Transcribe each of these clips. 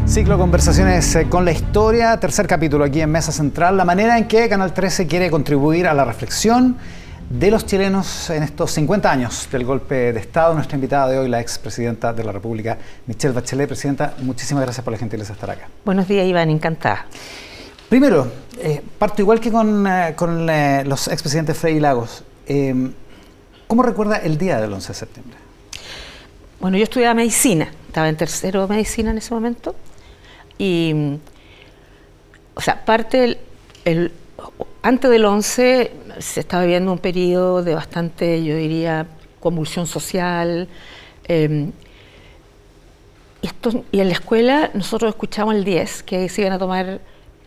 Ciclo Conversaciones con la Historia, tercer capítulo aquí en Mesa Central, la manera en que Canal 13 quiere contribuir a la reflexión de los chilenos en estos 50 años del golpe de Estado. Nuestra invitada de hoy, la expresidenta de la República, Michelle Bachelet. Presidenta, muchísimas gracias por la gentileza de estar acá. Buenos días, Iván, encantada. Primero, parto igual que con los expresidentes Frei y Lagos. ¿Cómo recuerda el día del 11 de septiembre? Bueno, yo estudiaba medicina, estaba en tercero de medicina en ese momento. Y, o sea, antes del 11 se estaba viviendo un periodo de bastante, yo diría, convulsión social. Y en la escuela nosotros escuchamos el 10, que se iban a tomar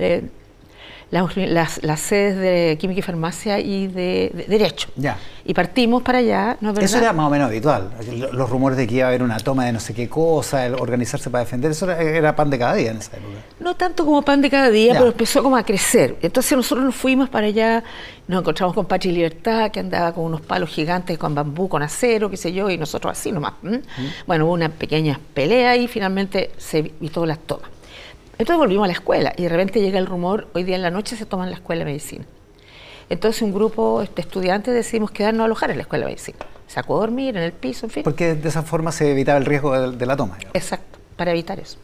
las sedes de Química y Farmacia y de Derecho. Ya. Y partimos para allá, ¿no es verdad? Eso era más o menos habitual. Los rumores de que iba a haber una toma de no sé qué cosa, el organizarse para defender, eso era pan de cada día en esa época. No tanto como pan de cada día, pero empezó como a crecer. Entonces nosotros nos fuimos para allá, nos encontramos con Patria y Libertad, que andaba con unos palos gigantes, con bambú, con acero, qué sé yo, y nosotros así nomás. Bueno, hubo una pequeña pelea y finalmente se evitó las tomas. Entonces volvimos a la escuela y de repente llega el rumor, hoy día en la noche se toma en la escuela de medicina. Entonces un grupo de estudiantes decidimos quedarnos a alojar en la escuela de medicina. Sacó a dormir en el piso, en fin. Porque de esa forma se evitaba el riesgo de la toma. Digamos. Exacto, para evitar eso.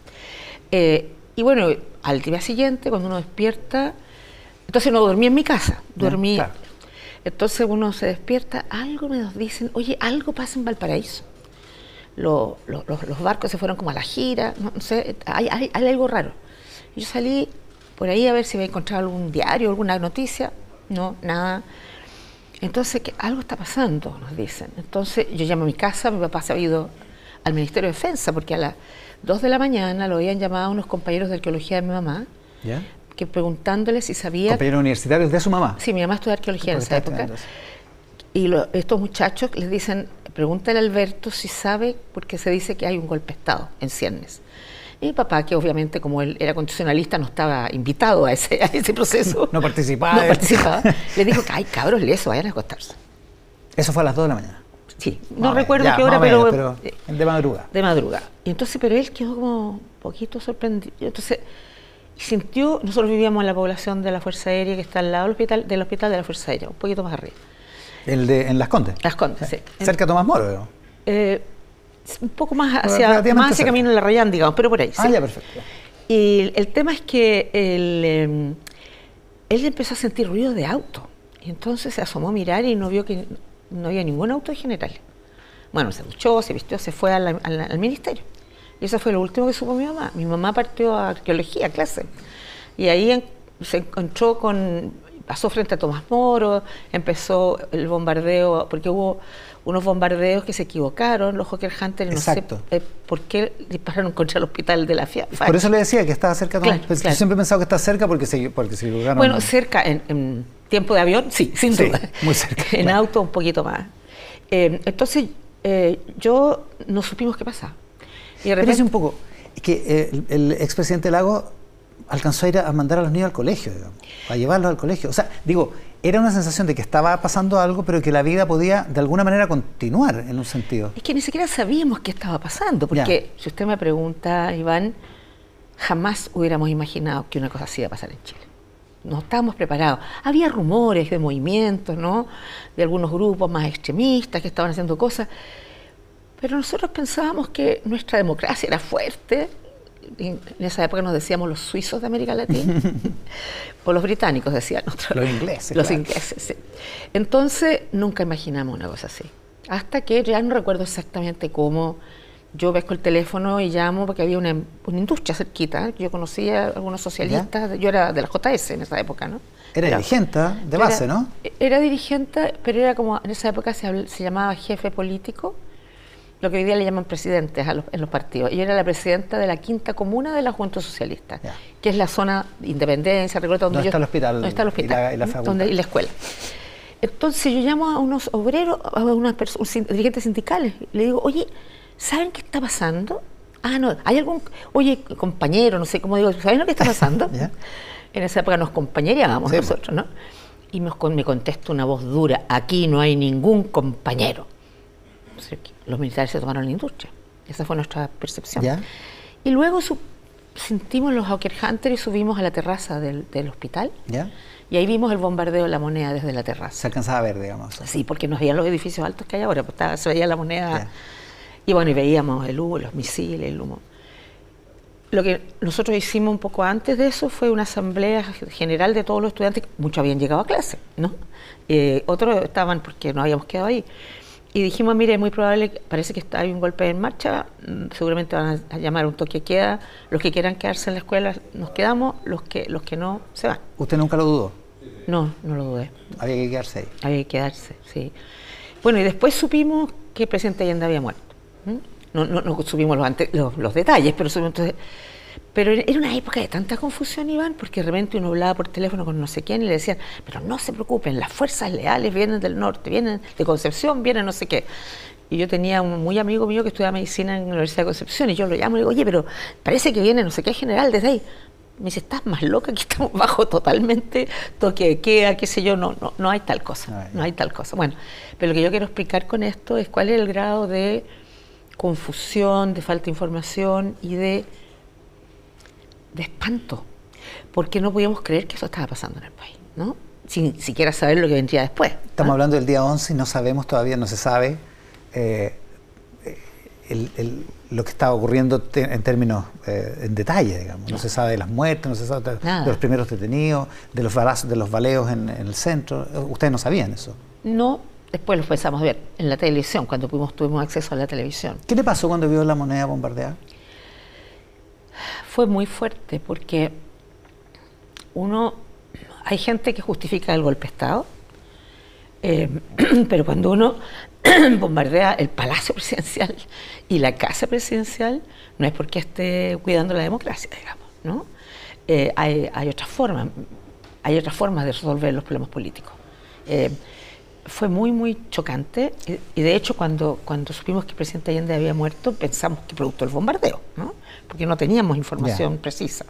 Y bueno, al día siguiente, cuando uno despierta, entonces no dormí en mi casa, dormí. Claro. Entonces uno se despierta, algo nos dicen, oye, algo pasa en Valparaíso. Los barcos se fueron como a la gira, no sé, hay algo raro. Yo salí por ahí a ver si había encontrado algún diario, alguna noticia, no, nada. Entonces, algo está pasando, nos dicen. Entonces yo llamo a mi casa, mi papá se había ido al Ministerio de Defensa, porque a las 2 de la mañana lo habían llamado a unos compañeros de arqueología de mi mamá, ¿ya? Que preguntándole si sabía... ¿Compañeros universitarios de su mamá? Sí, mi mamá estudió arqueología en esa época. Y estos muchachos les dicen, pregúntale a Alberto si sabe, porque se dice que hay un golpe de Estado en Ciernes. Y mi papá, que obviamente como él era constitucionalista, no estaba invitado a ese proceso. No participaba. No participaba. Le dijo que, ay, cabros lesos, vayan a acostarse. ¿Eso fue a las 2 de la mañana? Sí, no recuerdo qué hora, pero de madrugada. De madrugada. Y entonces, pero él quedó como un poquito sorprendido. Entonces, sintió, nosotros vivíamos en la población de la Fuerza Aérea, que está al lado del hospital de la Fuerza Aérea, un poquito más arriba. ¿En Las Condes? Las Condes, sí. ¿Cerca de Tomás Moro? Un poco más hacia camino de la Rayán, digamos, pero por ahí. Ah, sí. Ya, perfecto. Y el tema es que él empezó a sentir ruido de auto. Y entonces se asomó a mirar y no vio que no había ningún auto de general. Bueno, se duchó, se vistió, se fue al ministerio. Y eso fue lo último que supo mi mamá. Mi mamá partió a arqueología, a clase. Y ahí se encontró pasó frente a Tomás Moro, empezó el bombardeo, porque hubo unos bombardeos que se equivocaron, los Hawker Hunter, no sé por qué dispararon contra el hospital de la FIA. Por eso le decía que estaba cerca. Claro. Yo siempre he pensado que está cerca porque se equivocaron. Bueno, cerca, en tiempo de avión, sí, sin duda. Muy cerca. En auto, un poquito más. Entonces, yo no supimos qué pasaba. Y de repente, pero un poco, que el expresidente Lagos alcanzó a ir a mandar a los niños al colegio, digamos, a llevarlos al colegio. O sea, digo, era una sensación de que estaba pasando algo, pero que la vida podía de alguna manera continuar en un sentido. Es que ni siquiera sabíamos qué estaba pasando, porque si usted me pregunta, Iván, jamás hubiéramos imaginado que una cosa así iba a pasar en Chile. No estábamos preparados. Había rumores de movimientos, ¿no? De algunos grupos más extremistas que estaban haciendo cosas, pero nosotros pensábamos que nuestra democracia era fuerte. En esa época nos decíamos los suizos de América Latina, o los británicos decían nosotros. Los ingleses. Los ingleses, sí. Entonces nunca imaginamos una cosa así. Hasta que ya no recuerdo exactamente cómo, yo pesco el teléfono y llamo porque había una industria cerquita. Yo conocía a algunos socialistas, yo era de la JS en esa época, ¿no? Era dirigente de base, ¿no? Era dirigente, pero era como, en esa época se llamaba jefe político, lo que hoy día le llaman presidentes en los partidos. Yo era la presidenta de la quinta comuna de la Juventud Socialista, que es la zona de Independencia, recuerdo donde está el hospital. Donde está el hospital y la facultad. Y la escuela. Entonces yo llamo a unos obreros, a unos dirigentes sindicales, le digo, oye, ¿saben qué está pasando? Ah, no, hay algún, oye, compañero, no sé cómo digo, ¿saben lo que está pasando? En esa época nos compañereábamos nosotros, ¿no? Y me contesta una voz dura, aquí no hay ningún compañero. Los militares se tomaron la industria. Esa fue nuestra percepción. Y luego sentimos los Hawker Hunter y subimos a la terraza del hospital. ¿Ya? Y ahí vimos el bombardeo de La Moneda desde la terraza. Se alcanzaba a ver, digamos. Sí, porque nos veían los edificios altos que hay ahora, pues se veía La Moneda. Ya. Y bueno, y veíamos el humo, los misiles, el humo. Lo que nosotros hicimos un poco antes de eso fue una asamblea general de todos los estudiantes, muchos habían llegado a clase, ¿no? Otros estaban porque nos habíamos quedado ahí. Y dijimos, mire, es muy probable, parece que hay un golpe en marcha, seguramente van a llamar a un toque de queda, los que quieran quedarse en la escuela nos quedamos, los que no se van. ¿Usted nunca lo dudó? No, no lo dudé. Había que quedarse ahí. Había que quedarse, sí. Bueno, y después supimos que el presidente Allende había muerto. No supimos los detalles, pero supimos entonces... Pero era una época de tanta confusión, Iván, porque de repente uno hablaba por teléfono con no sé quién y le decían, pero no se preocupen, las fuerzas leales vienen del norte, vienen de Concepción, vienen no sé qué. Y yo tenía un muy amigo mío que estudiaba medicina en la Universidad de Concepción y yo lo llamo y le digo, oye, pero parece que viene no sé qué general desde ahí. Me dice, estás más loca, que estamos bajo totalmente toque de queda, qué sé yo, no hay tal cosa, no hay tal cosa. Bueno, pero lo que yo quiero explicar con esto es cuál es el grado de confusión, de falta de información y de espanto, porque no podíamos creer que eso estaba pasando en el país, ¿no? Sin siquiera saber lo que vendría después. Estamos hablando del día 11 y no sabemos todavía, no se sabe lo que está ocurriendo en términos, en detalle, digamos. No se sabe de las muertes, no se sabe de los primeros detenidos, de los balazos, de los baleos en el centro. ¿Ustedes no sabían eso? No, después lo empezamos a ver en la televisión, cuando tuvimos acceso a la televisión. ¿Qué le pasó cuando vio La Moneda bombardeada? Fue muy fuerte porque hay gente que justifica el golpe de Estado, pero cuando uno bombardea el Palacio Presidencial y la Casa Presidencial, no es porque esté cuidando la democracia, digamos, ¿no? Hay otras formas de resolver los problemas políticos. Fue muy, muy chocante y de hecho cuando supimos que el presidente Allende había muerto pensamos que producto del bombardeo, ¿no? Porque no teníamos información precisa.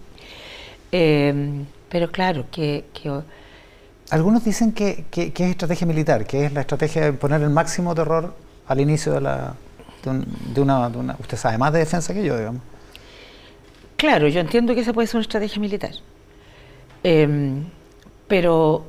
Pero claro, que algunos dicen que es estrategia militar, que es la estrategia de poner el máximo terror al inicio de una... Usted sabe más de defensa que yo, digamos. Claro, yo entiendo que esa puede ser una estrategia militar. Pero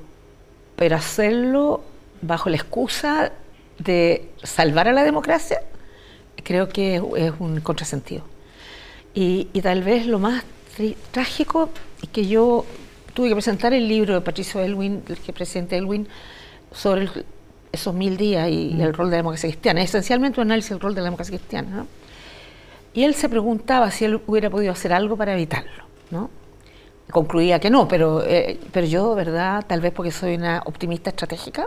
hacerlo bajo la excusa de salvar a la democracia, creo que es un contrasentido. Y tal vez lo más trágico es que yo tuve que presentar el libro de Patricio Aylwin, el presidente Aylwin, sobre esos 1000 días y el rol de la democracia cristiana. Esencialmente un análisis del rol de la democracia cristiana, ¿no? Y él se preguntaba si él hubiera podido hacer algo para evitarlo, ¿no? Concluía que no, pero yo, ¿verdad? Tal vez porque soy una optimista estratégica,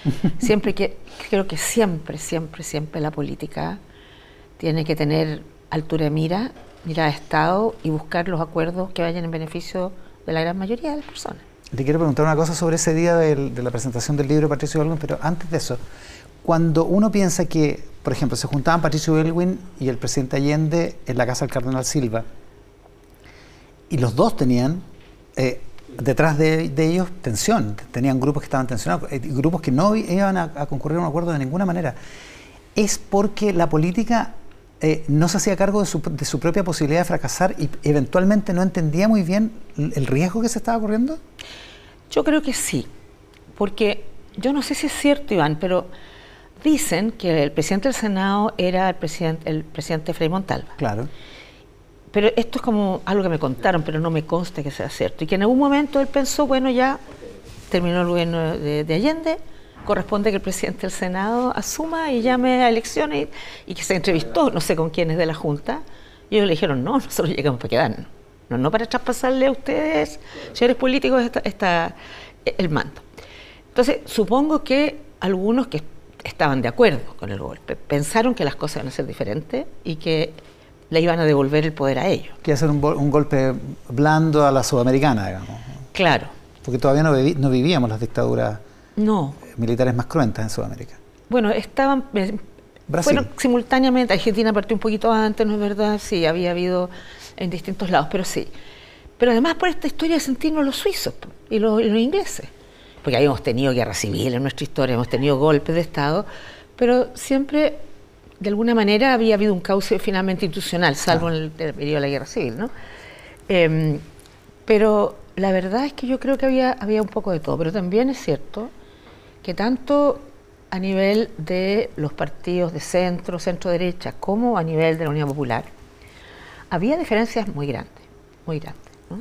creo que siempre la política tiene que tener altura de mira de Estado y buscar los acuerdos que vayan en beneficio de la gran mayoría de las personas. Le quiero preguntar una cosa sobre ese día de la presentación del libro de Patricio Aylwin, pero antes de eso, cuando uno piensa que, por ejemplo, se juntaban Patricio Aylwin y el presidente Allende en la casa del cardenal Silva, y los dos tenían detrás de ellos tensión, tenían grupos que estaban tensionados, grupos que no iban a concurrir a un acuerdo de ninguna manera, ¿es porque la política no se hacía cargo de su propia posibilidad de fracasar y eventualmente no entendía muy bien el riesgo que se estaba corriendo? Yo creo que sí, porque yo no sé si es cierto, Iván, pero dicen que el presidente del Senado era el presidente Frei Montalva. Claro. Pero esto es como algo que me contaron, pero no me consta que sea cierto. Y que en algún momento él pensó, bueno, ya terminó el gobierno de Allende, corresponde que el presidente del Senado asuma y llame a elecciones y que se entrevistó, no sé con quiénes de la Junta, y ellos le dijeron, no, nosotros llegamos para quedarnos, no para traspasarle a ustedes, señores políticos, el mando. Entonces, supongo que algunos que estaban de acuerdo con el golpe pensaron que las cosas iban a ser diferentes y que le iban a devolver el poder a ellos. Que iba a ser un golpe blando a la sudamericana, digamos. Claro. Porque todavía no vivíamos las dictaduras militares más cruentas en Sudamérica. Bueno, estaban... Fueron simultáneamente, Argentina partió un poquito antes, ¿no es verdad? Sí, había habido en distintos lados, pero sí. Pero además por esta historia de sentirnos los suizos y los ingleses. Porque habíamos tenido guerra civil en nuestra historia, hemos tenido golpes de Estado, pero siempre de alguna manera había habido un cauce finalmente institucional, salvo en el periodo de la Guerra Civil, ¿no? Pero la verdad es que yo creo que había un poco de todo, pero también es cierto que tanto a nivel de los partidos de centro, centro-derecha, como a nivel de la Unidad Popular, había diferencias muy grandes, ¿no?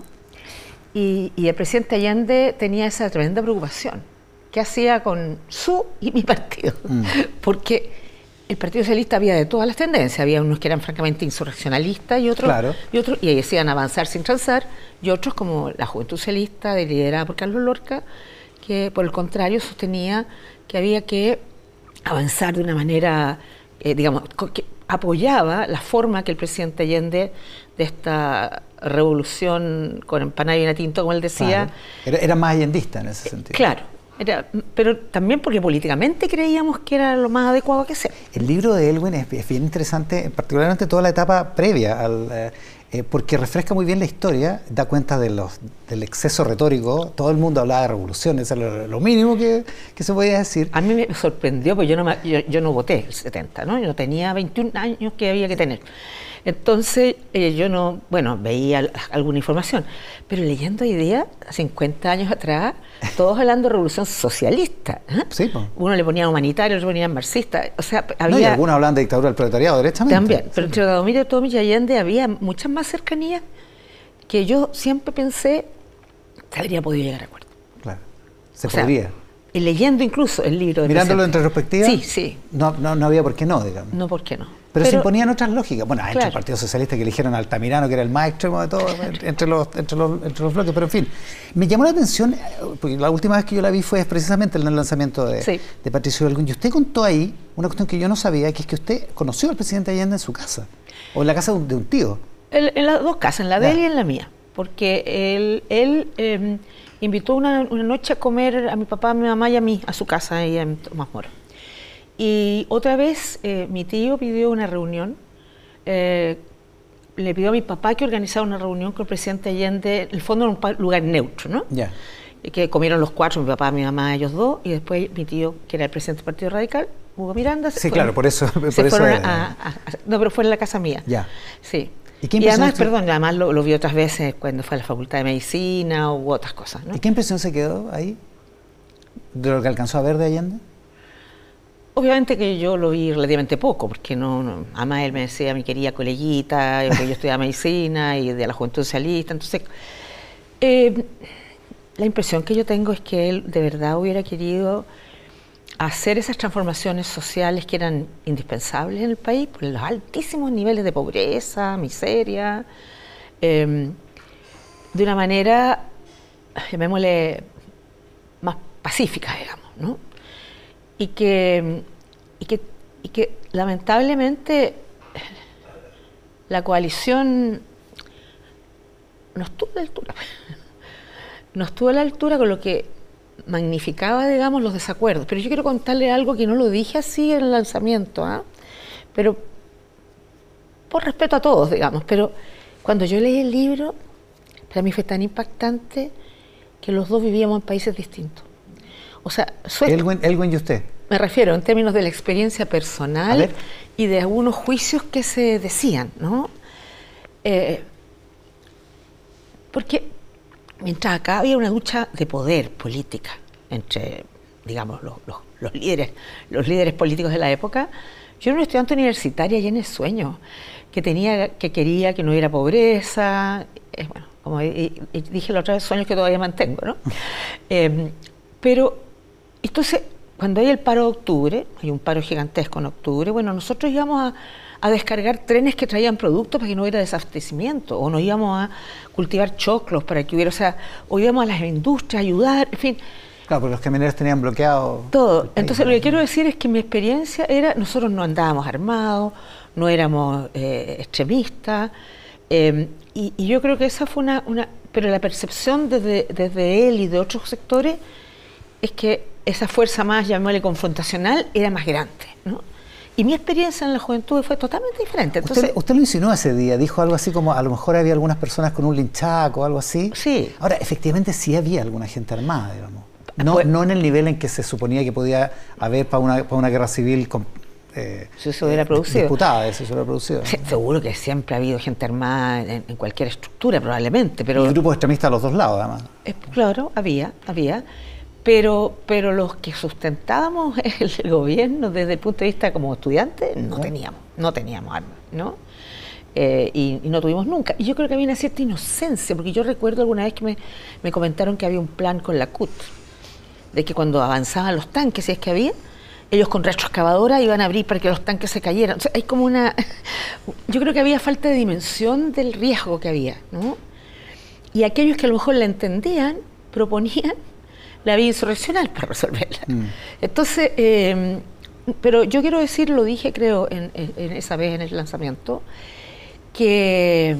Y el presidente Allende tenía esa tremenda preocupación. ¿Qué hacía con su y mi partido? Porque el Partido Socialista había de todas las tendencias, había unos que eran francamente insurreccionalistas y otros, y decían avanzar sin transar, y otros como la Juventud Socialista, liderada por Carlos Lorca, que por el contrario sostenía que había que avanzar de una manera, digamos, que apoyaba la forma que el presidente Allende, de esta revolución con empanada y vino tinto, como él decía. Claro. Era más allendista en ese sentido. Claro, pero también porque políticamente creíamos que era lo más adecuado que hacer. El libro de Elwin es bien interesante, particularmente toda la etapa previa al... porque refresca muy bien la historia, da cuenta del exceso retórico. Todo el mundo hablaba de revolución, eso es lo mínimo que se podía decir. A mí me sorprendió, porque yo no voté el 70, ¿no? Yo tenía 21 años que había que tener. Entonces, yo no, bueno, veía alguna información, pero leyendo ideas, 50 años atrás, todos hablando de revolución socialista. Sí, pues. Uno le ponía humanitario, otro le ponía marxista. O sea, había... No, y algunos hablaban de dictadura del proletariado, derechamente. También, pero entre Radomiro y Tommy y Allende había muchas más cercanías que yo siempre pensé se habría podido llegar a acuerdo. Claro, se podría. Y leyendo incluso el libro de mirándolo en retrospectiva, sí. No había por qué no, digamos. No, por qué no. Pero se imponían otras lógicas. Bueno, entre claro. el Partido Socialista que eligieron a Altamirano, que era el más extremo de todo, entre los bloques, pero en fin. Me llamó la atención, porque la última vez que yo la vi fue precisamente en el lanzamiento de Patricio Elwin, y usted contó ahí una cuestión que yo no sabía, que es que usted conoció al presidente Allende en su casa, o en la casa de un tío. En las dos casas, en la de él y en la mía, porque él invitó una noche a comer a mi papá, a mi mamá y a mí, a su casa ahí en Tomás Moro. Y otra vez mi tío pidió una reunión, le pidió a mi papá que organizara una reunión con el presidente Allende, en el fondo en un lugar neutro, ¿no? Ya. Que comieron los cuatro, mi papá, mi mamá, ellos dos, y después mi tío, que era el presidente del Partido Radical, Hugo Miranda. Sí, claro, por eso. No, pero fue en la casa mía. Ya. Sí. Y además, además lo vi otras veces cuando fue a la Facultad de Medicina u otras cosas, ¿no? ¿Y qué impresión se quedó ahí de lo que alcanzó a ver de Allende? Obviamente que yo lo vi relativamente poco, porque además él me decía mi querida coleguita, que yo estudiaba medicina y de la Juventud Socialista, entonces la impresión que yo tengo es que él de verdad hubiera querido hacer esas transformaciones sociales que eran indispensables en el país por los altísimos niveles de pobreza, miseria, de una manera, llamémosle, más pacífica, digamos, ¿no? Y que lamentablemente la coalición no estuvo a la altura. No estuvo a la altura, con lo que magnificaba, digamos, los desacuerdos. Pero yo quiero contarle algo que no lo dije así en el lanzamiento, pero por respeto a todos, digamos. Pero cuando yo leí el libro, para mí fue tan impactante que los dos vivíamos en países distintos. O sea, Elwin y usted. Me refiero en términos de la experiencia personal y de algunos juicios que se decían, ¿no? Porque mientras acá había una lucha de poder política entre, digamos, los líderes políticos de la época, yo era una estudiante universitaria llena de sueños, que quería que no hubiera pobreza, bueno, como dije la otra vez, sueños que todavía mantengo, ¿no? Pero entonces, cuando hay el paro de octubre, hay un paro gigantesco en octubre, bueno, nosotros íbamos a descargar trenes que traían productos para que no hubiera desabastecimiento, o nos íbamos a cultivar choclos para que hubiera, o íbamos a las industrias a ayudar, en fin. Claro, porque los camioneros tenían bloqueado todo. Entonces, lo que quiero decir es que mi experiencia era, nosotros no andábamos armados, no éramos extremistas, y yo creo que esa fue pero la percepción desde él y de otros sectores es que esa fuerza más, llamémosle confrontacional, era más grande, ¿no? Y mi experiencia en la juventud fue totalmente diferente. Entonces, usted lo insinuó ese día, dijo algo así como a lo mejor había algunas personas con un linchaco o algo así. Sí. Ahora, efectivamente sí había alguna gente armada, digamos. No en el nivel en que se suponía que podía haber para una guerra civil si se hubiera producido. Disputada, si se hubiera producido. Sí, seguro que siempre ha habido gente armada en cualquier estructura, probablemente. Pero, y grupos extremistas a los dos lados, además. Claro, había. Pero los que sustentábamos el gobierno desde el punto de vista como estudiantes, no teníamos armas, ¿no? Y no tuvimos nunca. Y yo creo que había una cierta inocencia, porque yo recuerdo alguna vez que me comentaron que había un plan con la CUT, de que cuando avanzaban los tanques, si es que había, ellos con retroexcavadora iban a abrir para que los tanques se cayeran. O sea, hay como yo creo que había falta de dimensión del riesgo que había, ¿no? Y aquellos que a lo mejor la entendían, proponían la vía insurreccional para resolverla. Entonces, pero yo quiero decir, lo dije creo en esa vez en el lanzamiento, que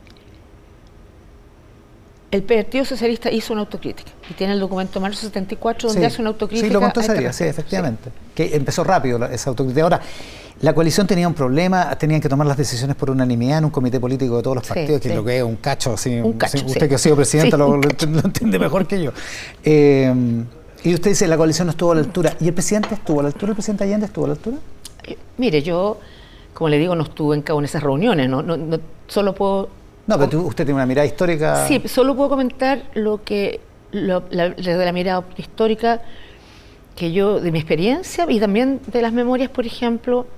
el Partido Socialista hizo una autocrítica y tiene el documento Marzo 74 donde hace una autocrítica. Sí, lo contó ese día, sí, efectivamente. Sí. Que empezó rápido esa autocrítica. Ahora, la coalición tenía un problema, tenían que tomar las decisiones por unanimidad en un comité político de todos los partidos, que es lo que es un cacho. Usted que ha sido presidenta lo entiende mejor que yo. Y usted dice, la coalición no estuvo a la altura. ¿Y el presidente estuvo a la altura? ¿El presidente Allende estuvo a la altura? Mire, yo, como le digo, no estuve en cada una de esas reuniones, no solo puedo... No, pero usted tiene una mirada histórica... Sí, solo puedo comentar desde la mirada histórica que yo, de mi experiencia y también de las memorias, por ejemplo,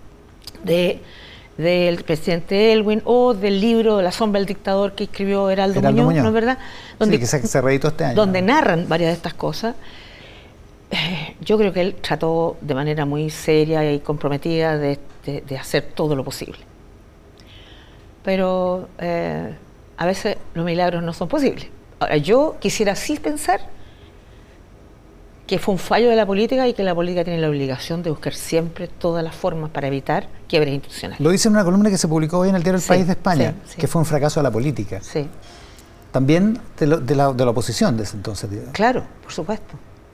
del presidente Elwin o del libro La sombra del dictador que escribió Heraldo Muñoz, ¿no es verdad? Donde, sí, que se reeditó este año. Donde narran varias de estas cosas. Yo creo que él trató de manera muy seria y comprometida de hacer todo lo posible. Pero a veces los milagros no son posibles. Ahora, yo quisiera sí pensar que fue un fallo de la política y que la política tiene la obligación de buscar siempre todas las formas para evitar quiebres institucionales. Lo dice en una columna que se publicó hoy en el diario El País de España, que fue un fracaso de la política. Sí. También de la oposición de ese entonces. Claro, por supuesto.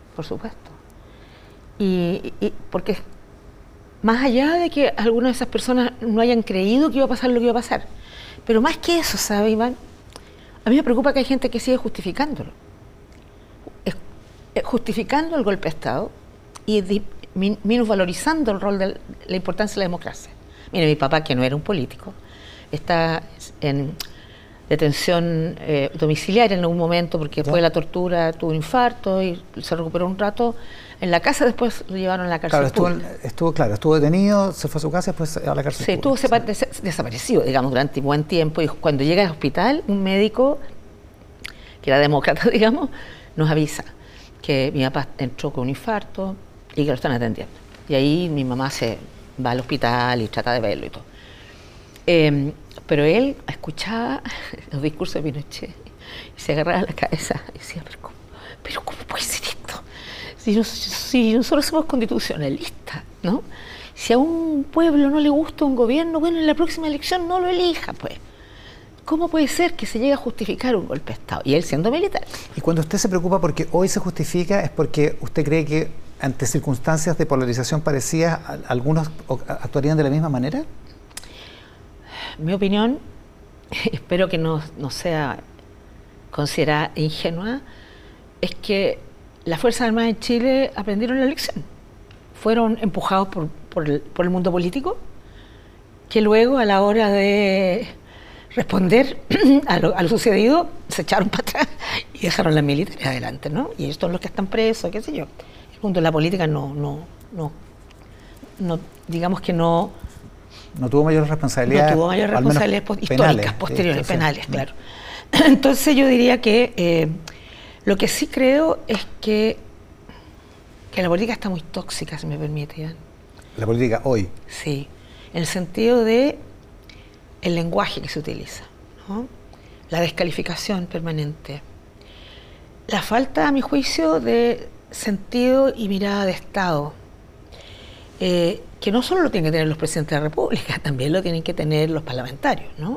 Y porque más allá de que algunas de esas personas no hayan creído que iba a pasar lo que iba a pasar, pero más que eso, ¿sabe, Iván? A mí me preocupa que hay gente que sigue justificándolo. Justificando el golpe de Estado y minusvalorizando el rol de la importancia de la democracia. Mire, mi papá, que no era un político, está en detención domiciliaria en algún momento porque después de la tortura tuvo un infarto y se recuperó un rato en la casa, después lo llevaron a la cárcel pública. Estuvo detenido, se fue a su casa y después a la cárcel pública. Estuvo desaparecido, digamos, durante un buen tiempo, y cuando llega al hospital, un médico, que era demócrata, digamos, nos avisa que mi papá entró con un infarto y que lo están atendiendo. Y ahí mi mamá se va al hospital y trata de verlo y todo. Pero él escuchaba los discursos de Pinochet y se agarraba la cabeza y decía, pero ¿cómo puede ser esto? Si nosotros somos constitucionalistas, ¿no? Si a un pueblo no le gusta un gobierno, bueno, en la próxima elección no lo elija, pues. ¿Cómo puede ser que se llegue a justificar un golpe de Estado? Y él siendo militar. Y cuando usted se preocupa porque hoy se justifica, ¿es porque usted cree que ante circunstancias de polarización parecidas, algunos actuarían de la misma manera? Mi opinión, espero que no sea considerada ingenua, es que las Fuerzas Armadas en Chile aprendieron la lección. Fueron empujados por el mundo político, que luego a la hora de responder a lo sucedido se echaron para atrás y dejaron las militares adelante, ¿no? Y estos son los que están presos, qué sé yo. El mundo de la política no digamos que no tuvo mayores responsabilidades. No tuvo mayores responsabilidades históricas, posteriores, penales, claro. Entonces yo diría que lo que sí creo es que la política está muy tóxica, si me permite, Iván. ¿La política hoy? Sí, en el sentido de el lenguaje que se utiliza, ¿no? La descalificación permanente, la falta, a mi juicio, de sentido y mirada de Estado, que no solo lo tienen que tener los presidentes de la República, también lo tienen que tener los parlamentarios, ¿no?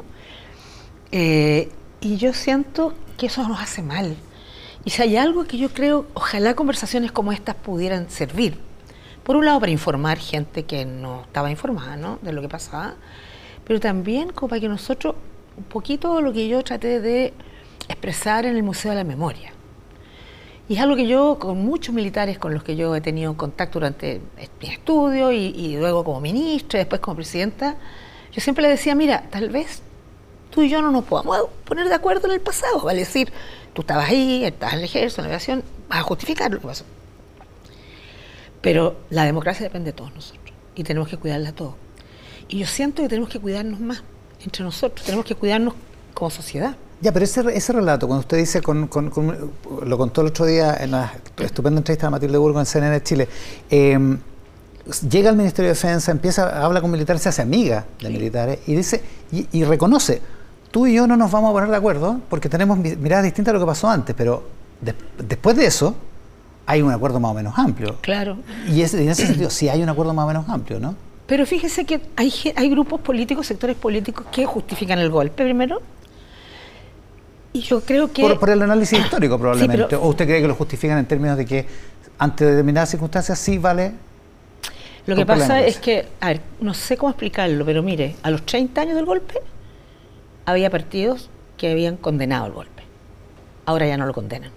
Y yo siento que eso nos hace mal. Y si hay algo que yo creo, ojalá conversaciones como estas pudieran servir. Por un lado, para informar gente que no estaba informada, ¿no?, de lo que pasaba, pero también como para que nosotros, un poquito lo que yo traté de expresar en el Museo de la Memoria, Y es algo que yo, con muchos militares con los que yo he tenido contacto durante mi estudio y luego como ministra, después como presidenta, yo siempre le decía, mira, tal vez tú y yo no nos podamos poner de acuerdo en el pasado, vale decir, tú estabas ahí, estabas en el ejército, en la aviación, vas a justificar lo que pasó. Pero la democracia depende de todos nosotros y tenemos que cuidarla todos. Y yo siento que tenemos que cuidarnos más entre nosotros, tenemos que cuidarnos como sociedad. Ya, pero ese relato, cuando usted dice, lo contó el otro día en la estupenda entrevista de Matilde Burgo en CNN Chile, llega al Ministerio de Defensa, habla con militares, se hace amiga de militares y dice, y reconoce, tú y yo no nos vamos a poner de acuerdo porque tenemos miradas distintas a lo que pasó antes, pero después de eso hay un acuerdo más o menos amplio. Claro. Y en ese sentido sí hay un acuerdo más o menos amplio, ¿no? Pero fíjese que hay grupos políticos, sectores políticos que justifican el golpe primero. Y yo creo que... Por el análisis histórico probablemente. Sí, pero, ¿O usted cree que lo justifican en términos de que ante determinadas circunstancias sí vale? Lo que pasa es que, a ver, no sé cómo explicarlo, pero mire, a los 30 años del golpe había partidos que habían condenado el golpe. Ahora ya no lo condenan.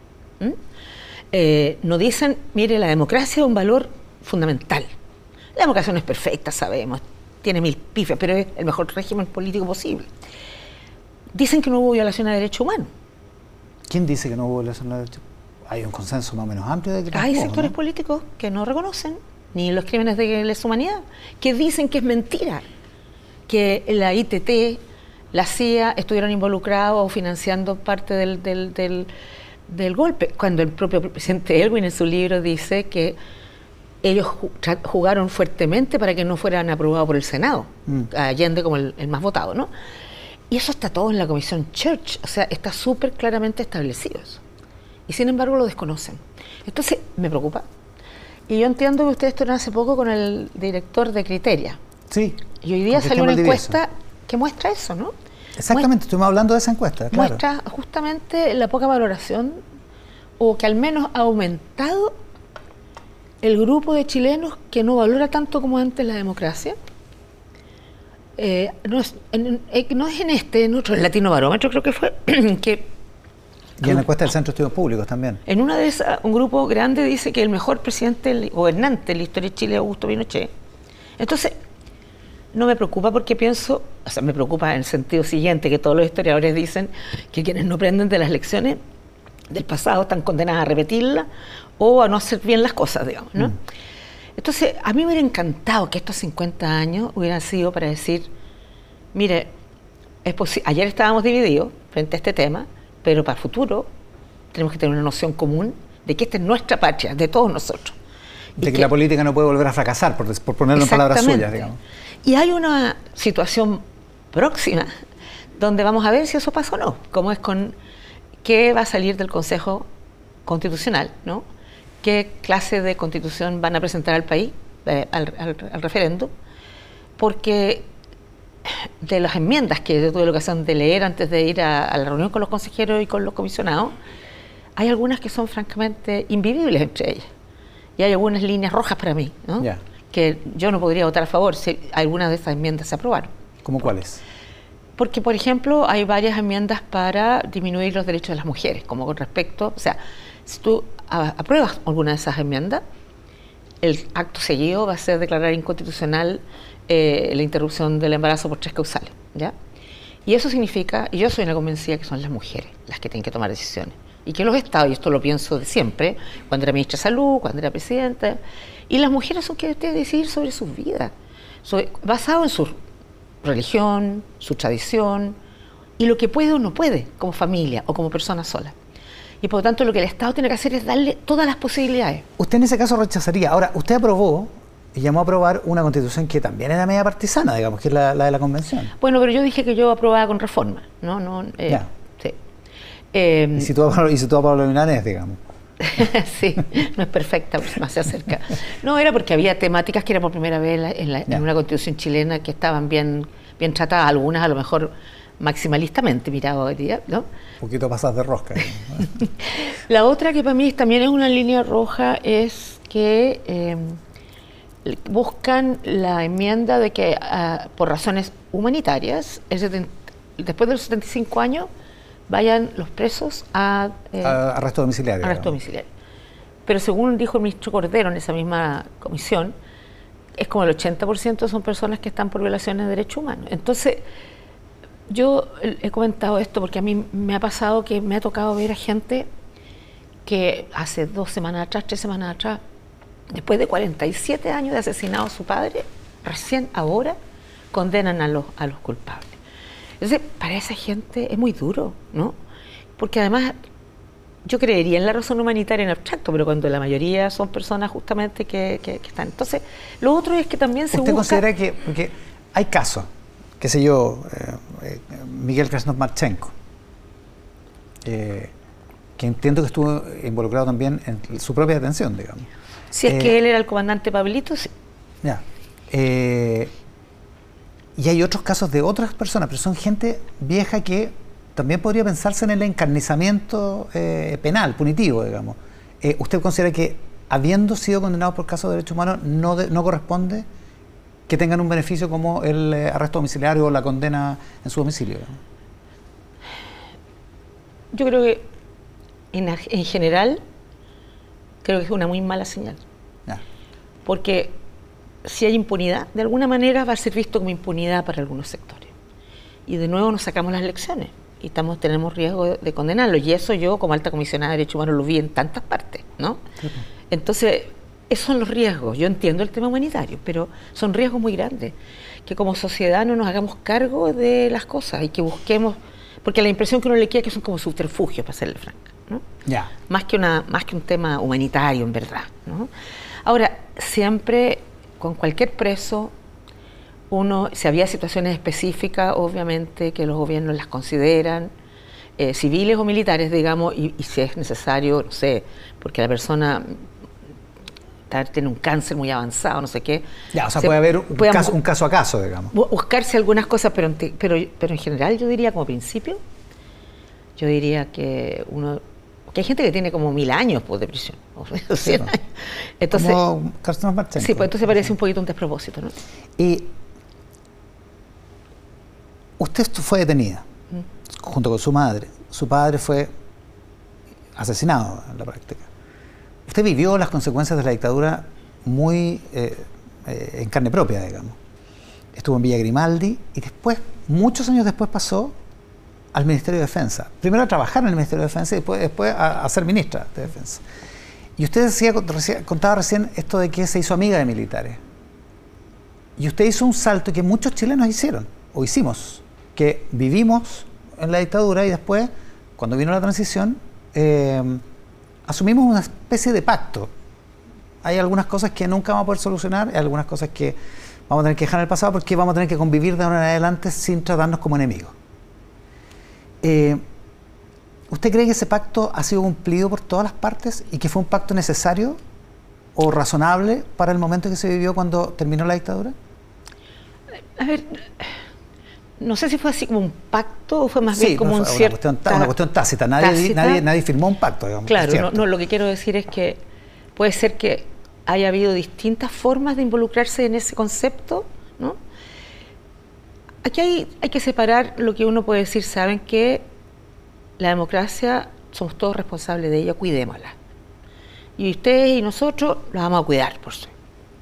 No dicen, mire, la democracia es un valor fundamental. La democracia no es perfecta, sabemos, tiene mil pifias, pero es el mejor régimen político posible. Dicen que no hubo violación a derechos humanos. ¿Quién dice que no hubo violación a derechos humanos? Hay un consenso más o menos amplio de que hay sectores políticos que no reconocen ni los crímenes de lesa humanidad, que dicen que es mentira, que la ITT, la CIA estuvieron involucrados o financiando parte del golpe, cuando el propio presidente Elwin en su libro dice que ellos jugaron fuertemente para que no fueran aprobados por el Senado, Allende como el más votado, ¿no? Y eso está todo en la Comisión Church, o sea, está súper claramente establecido eso. Y sin embargo lo desconocen. Entonces, me preocupa. Y yo entiendo que ustedes estuvieron hace poco con el director de Criteria. Sí. Y hoy día salió una encuesta que muestra eso, ¿no? Exactamente, estuvimos hablando de esa encuesta, claro. Muestra justamente la poca valoración, o que al menos ha aumentado el grupo de chilenos que no valora tanto como antes la democracia. No es en otro, el Latino Barómetro creo que fue, que... Y en la encuesta del Centro de Estudios Públicos también. En una de esas, un grupo grande dice que el mejor presidente gobernante en la historia de Chile es Augusto Pinochet. Entonces, no me preocupa porque pienso, o sea, me preocupa en el sentido siguiente, que todos los historiadores dicen que quienes no aprenden de las lecciones del pasado están condenadas a repetirlas o a no hacer bien las cosas, digamos, ¿no? Entonces, a mí me hubiera encantado que estos 50 años hubieran sido para decir, mire, ayer estábamos divididos frente a este tema, pero para el futuro tenemos que tener una noción común de que esta es nuestra patria, de todos nosotros. De que la política no puede volver a fracasar, por ponerlo en palabras suyas, digamos. Y hay una situación próxima donde vamos a ver si eso pasa o no, como es con qué va a salir del Consejo Constitucional, ¿no? Qué clase de constitución van a presentar al país, al referendo, porque de las enmiendas que yo tuve la ocasión de leer antes de ir a la reunión con los consejeros y con los comisionados, hay algunas que son francamente invivibles entre ellas. Y hay algunas líneas rojas para mí, ¿no? Yeah. Que yo no podría votar a favor si algunas de esas enmiendas se aprobaron. ¿Cómo cuáles? Porque, por ejemplo, hay varias enmiendas para disminuir los derechos de las mujeres, como con respecto, o sea, si tú apruebas alguna de esas enmiendas, el acto seguido va a ser declarar inconstitucional la interrupción del embarazo por 3 causales, ¿ya? Y eso significa, y yo soy una convencida que son las mujeres las que tienen que tomar decisiones, y que los estados, y esto lo pienso de siempre, cuando era ministra de Salud, cuando era presidenta, y las mujeres son quienes tienen que decidir sobre sus vidas, basado en su religión, su tradición, y lo que puede o no puede, como familia o como persona sola. Y por lo tanto lo que el Estado tiene que hacer es darle todas las posibilidades. Usted en ese caso rechazaría. Ahora, usted aprobó y llamó a aprobar una constitución que también era media partisana, digamos, que es la de la convención. Bueno, pero yo dije que yo aprobaba con reforma, ¿no? Sí. Y si tú a Pablo Milanés, digamos. Sí, no es perfecta, pero más se acerca. No, era porque había temáticas que era por primera vez en una constitución chilena que estaban bien tratadas, algunas a lo mejor maximalistamente mirado hoy día, ¿no? Un poquito pasas de rosca. ¿No? La otra que para mí también es una línea roja es que buscan la enmienda de que por razones humanitarias, después de los 75 años, vayan los presos a arresto domiciliario. Arresto domiciliario. pero según dijo el ministro Cordero en esa misma comisión, es como el 80% son personas que están por violaciones de derechos humanos. Entonces, yo he comentado esto porque a mí me ha pasado que me ha tocado ver a gente que hace 2 semanas atrás, 3 semanas atrás, después de 47 años de asesinado a su padre, recién ahora condenan a los culpables. Entonces, para esa gente es muy duro, ¿no? Porque además, yo creería en la razón humanitaria en abstracto, pero cuando la mayoría son personas justamente que están. Entonces, lo otro es que también se ¿Usted busca... considera que, porque hay casos, qué sé yo, Miguel Krasnov-Marchenko, que entiendo que estuvo involucrado también en su propia detención, digamos. Si es que él era el comandante Pablito, sí. Ya. Y hay otros casos de otras personas, pero son gente vieja que también podría pensarse en el encarnizamiento penal, punitivo, digamos. ¿Usted considera que, habiendo sido condenados por casos de derechos humanos, no corresponde que tengan un beneficio como el arresto domiciliario o la condena en su domicilio? Yo creo que, en general, creo que es una muy mala señal. Ya. Porque si hay impunidad, de alguna manera va a ser visto como impunidad para algunos sectores. Y de nuevo nos sacamos las lecciones y tenemos riesgo de condenarlo. Y eso yo, como alta comisionada de derechos humanos, lo vi en tantas partes, ¿no? Sí. Entonces, esos son los riesgos. Yo entiendo el tema humanitario, pero son riesgos muy grandes. Que como sociedad no nos hagamos cargo de las cosas y que busquemos... Porque la impresión que uno le queda es que son como subterfugios, para serle franca, ¿no? Ya. Más que un tema humanitario, en verdad, ¿no? Ahora, siempre, con cualquier preso, si había situaciones específicas, obviamente, que los gobiernos las consideran, civiles o militares, digamos, y si es necesario, no sé, porque la persona tiene un cáncer muy avanzado, no sé qué. Ya, o sea, puede haber un caso a caso, digamos. Buscarse algunas cosas, pero en general yo diría, como principio, yo diría que hay gente que tiene como 1000 años pues, de prisión, o 100 años. Entonces, como Krasnov-Marchenko. Sí, pues entonces parece un poquito un despropósito, ¿no? Y usted fue detenida junto con su madre. Su padre fue asesinado en la práctica. Usted vivió las consecuencias de la dictadura muy en carne propia, digamos. Estuvo en Villa Grimaldi y después, muchos años después, pasó al Ministerio de Defensa. Primero a trabajar en el Ministerio de Defensa y después a ser ministra de Defensa. Y usted contaba recién esto de que se hizo amiga de militares. Y usted hizo un salto que muchos chilenos hicieron, o hicimos, que vivimos en la dictadura y después, cuando vino la transición, asumimos una especie de pacto. Hay algunas cosas que nunca vamos a poder solucionar, hay algunas cosas que vamos a tener que dejar en el pasado porque vamos a tener que convivir de ahora en adelante sin tratarnos como enemigos. ¿Usted cree que ese pacto ha sido cumplido por todas las partes y que fue un pacto necesario o razonable para el momento que se vivió cuando terminó la dictadura? A ver, no sé si fue así como un pacto o fue más bien como una cuestión tácita. Nadie firmó un pacto, digamos. Claro, lo que quiero decir es que puede ser que haya habido distintas formas de involucrarse en ese concepto, ¿no? Aquí hay que separar lo que uno puede decir, saben que la democracia somos todos responsables de ella, cuidémosla. Y ustedes y nosotros la vamos a cuidar, por supuesto.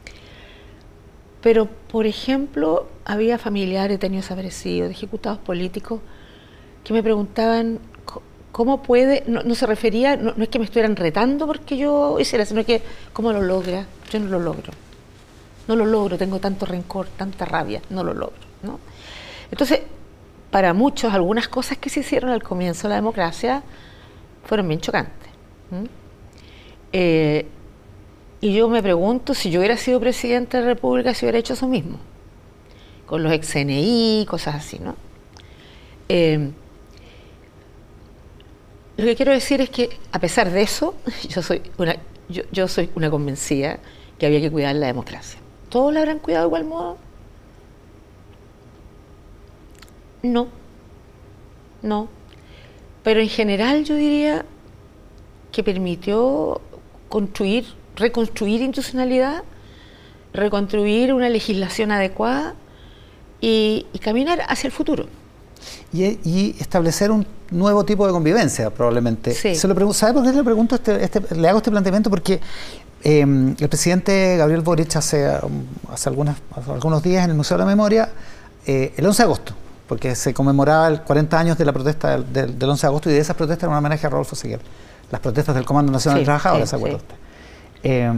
Pero, por ejemplo, había familiares detenidos desaparecidos, de ejecutados políticos, que me preguntaban cómo puede, no se refería, no es que me estuvieran retando porque yo hiciera, sino que ¿cómo lo logra? Yo no lo logro. No lo logro, tengo tanto rencor, tanta rabia, no lo logro, ¿no? Entonces, para muchos, algunas cosas que se hicieron al comienzo de la democracia fueron bien chocantes. Y yo me pregunto si yo hubiera sido presidente de la República, si hubiera hecho eso mismo, con los ex CNI, cosas así, ¿no? Lo que quiero decir es que, a pesar de eso, yo soy una convencida que había que cuidar la democracia. ¿Todos la habrán cuidado de igual modo? No. Pero en general yo diría que permitió reconstruir institucionalidad, reconstruir una legislación adecuada y caminar hacia el futuro. Y establecer un nuevo tipo de convivencia, probablemente. Sí. ¿Sabe por qué le pregunto le hago este planteamiento? Porque el presidente Gabriel Boric hace algunos días en el Museo de la Memoria, el 11 de agosto, porque se conmemoraba el 40 años de la protesta del 11 de agosto, y de esas protestas era un homenaje a Rodolfo Seguel. Las protestas del Comando Nacional de Trabajadores, ¿se acuerda usted?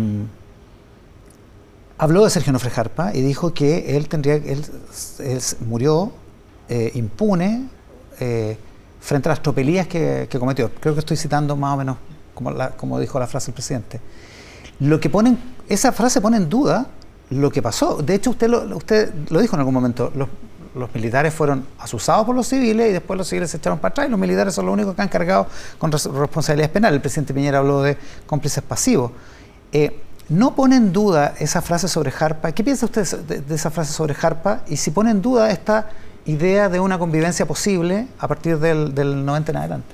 Habló de Sergio Nofre Jarpa y dijo que él murió impune frente a las tropelías que cometió. Creo que estoy citando más o menos como dijo la frase el presidente. Esa frase pone en duda lo que pasó. De hecho, usted lo dijo en algún momento. Los militares fueron asusados por los civiles y después los civiles se echaron para atrás, y los militares son los únicos que han cargado con responsabilidades penales. El presidente Piñera habló de cómplices pasivos. ¿No pone en duda esa frase sobre Jarpa? ¿Qué piensa usted de esa frase sobre Jarpa? Y si pone en duda esta idea de una convivencia posible a partir del 90 en adelante.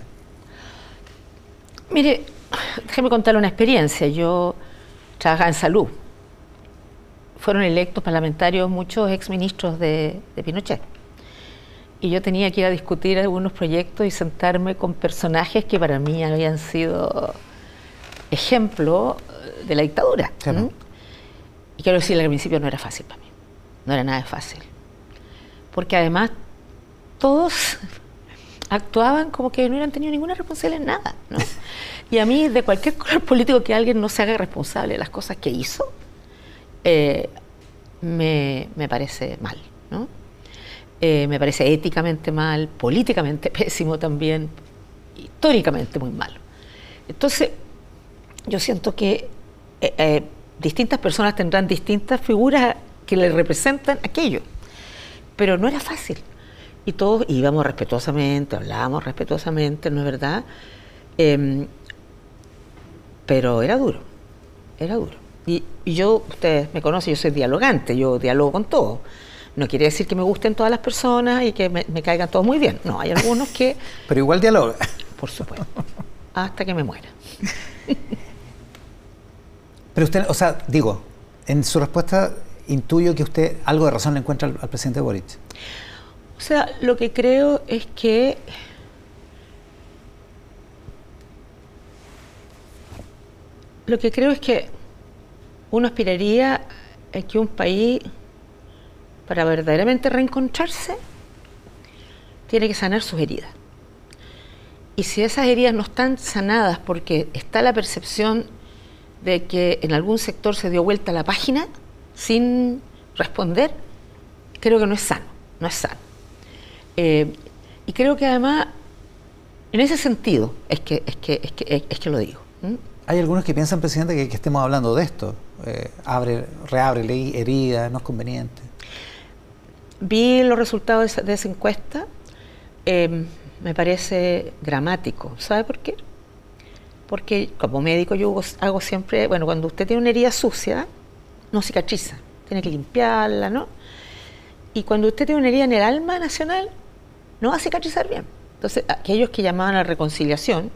Mire, déjeme contarle una experiencia. Yo trabajaba en salud. Fueron electos parlamentarios muchos exministros de Pinochet. Y yo tenía que ir a discutir algunos proyectos y sentarme con personajes que para mí habían sido ejemplo de la dictadura. Claro. Y quiero decirle que al principio no era fácil para mí. No era nada fácil. Porque además todos actuaban como que no hubieran tenido ninguna responsabilidad en nada, ¿no? Y a mí, de cualquier color político, que alguien no se haga responsable de las cosas que hizo, me parece mal, ¿no? Me parece éticamente mal, políticamente pésimo también, históricamente muy malo. Entonces, yo siento que distintas personas tendrán distintas figuras que le representan aquello, pero no era fácil. Y todos íbamos respetuosamente, hablábamos respetuosamente, ¿no es verdad? Pero era duro, era duro. Y yo, ustedes me conocen, yo soy dialogante, yo dialogo con todo. No quiere decir que me gusten todas las personas y que me caigan todos muy bien. No, hay algunos que... Pero igual dialoga. Por supuesto, hasta que me muera. Pero usted, o sea, digo, en su respuesta intuyo que usted algo de razón le encuentra al presidente Boric. O sea, lo que creo es que uno aspiraría a que un país, para verdaderamente reencontrarse, tiene que sanar sus heridas. Y si esas heridas no están sanadas porque está la percepción de que en algún sector se dio vuelta la página sin responder, creo que no es sano, no es sano. Y creo que además, en ese sentido, es que lo digo. Hay algunos que piensan, presidente, que estemos hablando de esto. Reabre heridas, no es conveniente. Vi los resultados de esa encuesta, me parece dramático. ¿Sabe por qué? Porque como médico yo hago siempre, bueno, cuando usted tiene una herida sucia, no cicatriza, tiene que limpiarla, ¿no? Y cuando usted tiene una herida en el alma nacional, no va a cicatrizar bien. Entonces, aquellos que llamaban a la reconciliación,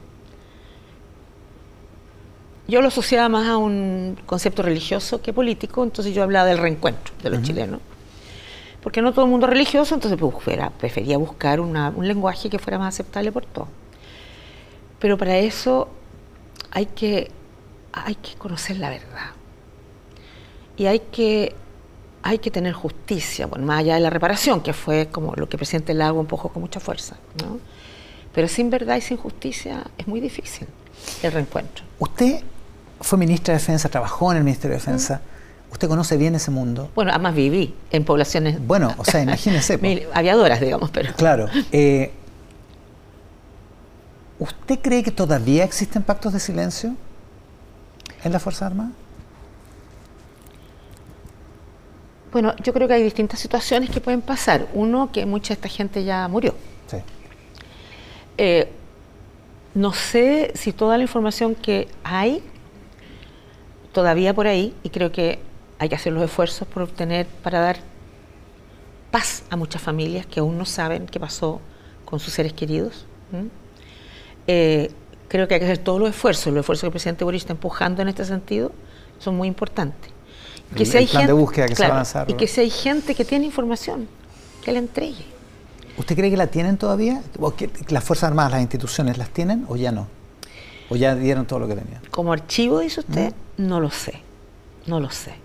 yo lo asociaba más a un concepto religioso que político, entonces yo hablaba del reencuentro de los chilenos. Porque no todo el mundo es religioso, entonces prefería buscar un lenguaje que fuera más aceptable por todos. Pero para eso hay que conocer la verdad. Y hay que tener justicia, bueno, más allá de la reparación, que fue como lo que el presidente Lago empujó con mucha fuerza, ¿no? Pero sin verdad y sin justicia es muy difícil el reencuentro. Usted fue ministra de Defensa, trabajó en el Ministerio de Defensa. Usted conoce bien ese mundo. Bueno, además viví en poblaciones... Bueno, o sea, imagínese. Aviadoras, digamos, pero... Claro. ¿Usted cree que todavía existen pactos de silencio en las Fuerzas Armadas? Bueno, yo creo que hay distintas situaciones que pueden pasar. Uno, que mucha de esta gente ya murió. Sí. No sé si toda la información que hay todavía por ahí, y creo que hay que hacer los esfuerzos para dar paz a muchas familias que aún no saben qué pasó con sus seres queridos. Creo que hay que hacer todos los esfuerzos que el presidente Boric está empujando en este sentido son muy importantes. Que si hay plan de búsqueda que se va a lanzar. Y que si hay gente que tiene información, que la entregue. ¿Usted cree que la tienen todavía? ¿O que las Fuerzas Armadas, las instituciones, las tienen o ya no? ¿O ya dieron todo lo que tenían? Como archivo, dice usted, no lo sé. No lo sé.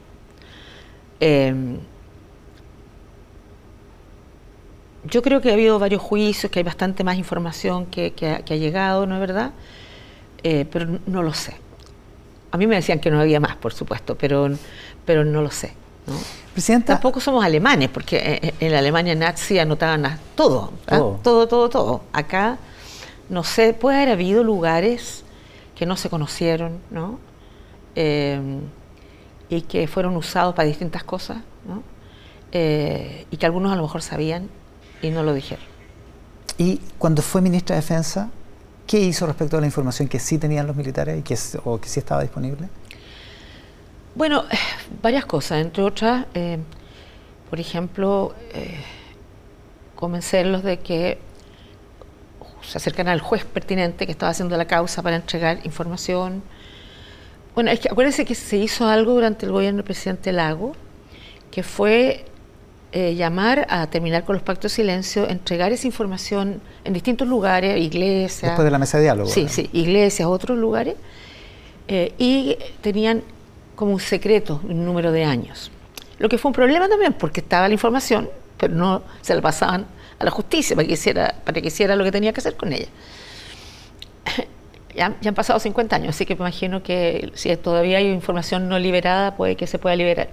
Yo creo que ha habido varios juicios, que hay bastante más información que ha llegado, ¿no es verdad? Pero no lo sé. A mí me decían que no había más, por supuesto, pero no lo sé, ¿no? Presidenta, tampoco somos alemanes, porque en la Alemania nazi anotaban todo, todo. Acá, no sé, puede haber habido lugares que no se conocieron, ¿no? Y que fueron usados para distintas cosas, ¿no? Y que algunos a lo mejor sabían y no lo dijeron. Y cuando fue ministra de Defensa, ¿qué hizo respecto a la información que sí tenían los militares o que sí estaba disponible? Bueno, varias cosas, entre otras, por ejemplo, convencerlos de que se acercan al juez pertinente que estaba haciendo la causa para entregar información. Bueno, es que acuérdense que se hizo algo durante el gobierno del presidente Lago, que fue llamar a terminar con los pactos de silencio, entregar esa información en distintos lugares, iglesias. Después de la mesa de diálogo. Sí, sí, iglesias, otros lugares, y tenían como un secreto un número de años. Lo que fue un problema también, porque estaba la información, pero no se la pasaban a la justicia para que hiciera lo que tenía que hacer con ella. Ya han pasado 50 años, así que me imagino que si todavía hay información no liberada, puede que se pueda liberar.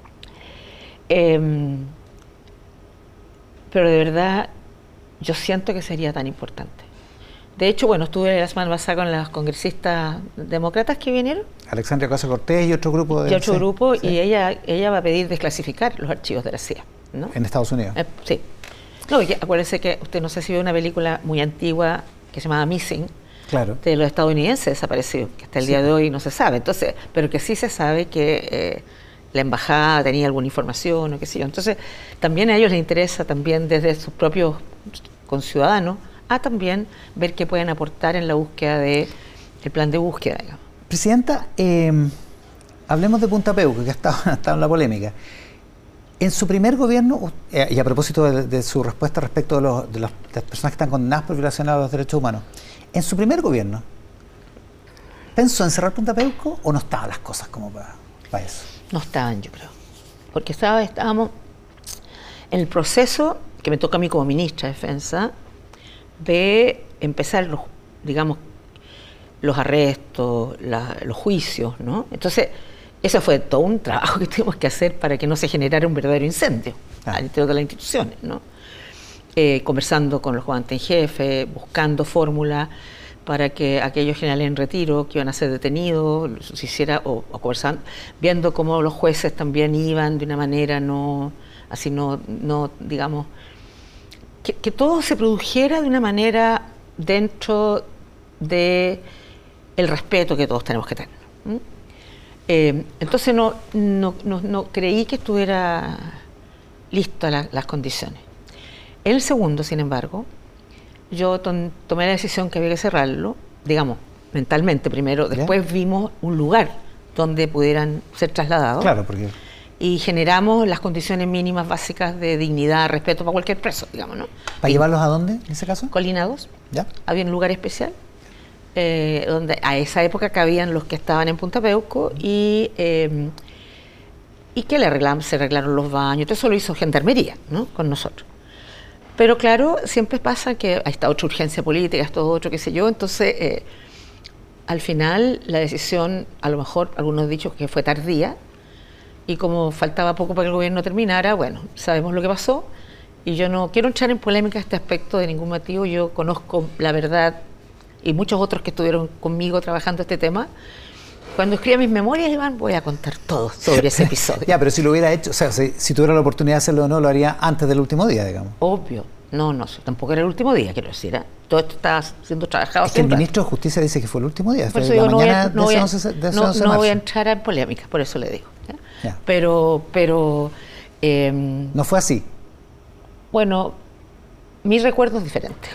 Pero de verdad, yo siento que sería tan importante. De hecho, bueno, estuve la semana pasada con las congresistas demócratas que vinieron. Alexandria Ocasio-Cortez y otro grupo de... Y otro grupo, sí. Y ella va a pedir desclasificar los archivos de la CIA, ¿no? En Estados Unidos. Sí. No, acuérdese que usted no sé si vio una película muy antigua que se llamaba Missing, claro, de los estadounidenses desaparecidos, que hasta el día de hoy no se sabe. Entonces, pero que sí se sabe que la embajada tenía alguna información o qué sé yo. Entonces, también a ellos les interesa también desde sus propios conciudadanos a también ver qué pueden aportar en la búsqueda del plan de búsqueda, digamos. Presidenta, hablemos de Punta Peuco, que ha estado en la polémica. En su primer gobierno, y a propósito de su respuesta respecto de las personas que están condenadas por violación a los derechos humanos, en su primer gobierno, ¿pensó en cerrar Punta Peuco o no estaban las cosas como para eso? No estaban, yo creo. Porque estábamos en el proceso, que me toca a mí como ministra de Defensa, de empezar los arrestos, los juicios, ¿no? Entonces, ese fue todo un trabajo que tuvimos que hacer para que no se generara un verdadero incendio al interior de las instituciones, ¿no? Conversando con los comandantes en jefe, buscando fórmulas para que aquellos generales en retiro que iban a ser detenidos, se hiciera, o conversando, viendo cómo los jueces también iban de una manera no digamos, que todo se produjera de una manera dentro de el respeto que todos tenemos que tener. Entonces no creí que estuviera listas las condiciones. En el segundo, sin embargo, yo tomé la decisión que había que cerrarlo, digamos, mentalmente primero, después vimos un lugar donde pudieran ser trasladados. Claro, porque... Y generamos las condiciones mínimas básicas de dignidad, respeto para cualquier preso, digamos, ¿no? ¿Para llevarlos a dónde, en ese caso? Colina 2. ¿Ya? Había un lugar especial, donde a esa época cabían los que estaban en Punta Peuco y que se arreglaron los baños. Todo eso lo hizo Gendarmería, ¿no? Con nosotros. Pero claro, siempre pasa que hay esta otra urgencia política, esto otro, qué sé yo, entonces al final la decisión, a lo mejor algunos han dicho que fue tardía, y como faltaba poco para que el gobierno terminara, bueno, sabemos lo que pasó, y yo no quiero entrar en polémica a este aspecto de ningún motivo. Yo conozco la verdad, y muchos otros que estuvieron conmigo trabajando este tema. Cuando escriba mis memorias, Iván, voy a contar todo sobre ese episodio. Ya, pero si lo hubiera hecho, o sea, si tuviera la oportunidad de hacerlo o no, lo haría antes del último día, digamos. Obvio. No, tampoco era el último día, quiero decir, ¿eh? Todo esto estaba siendo trabajado. Es que el ministro de Justicia dice que fue el último día. Por eso digo, no voy a entrar en polémica, por eso le digo. Ya. Pero no fue así. Bueno, mi recuerdo es diferente.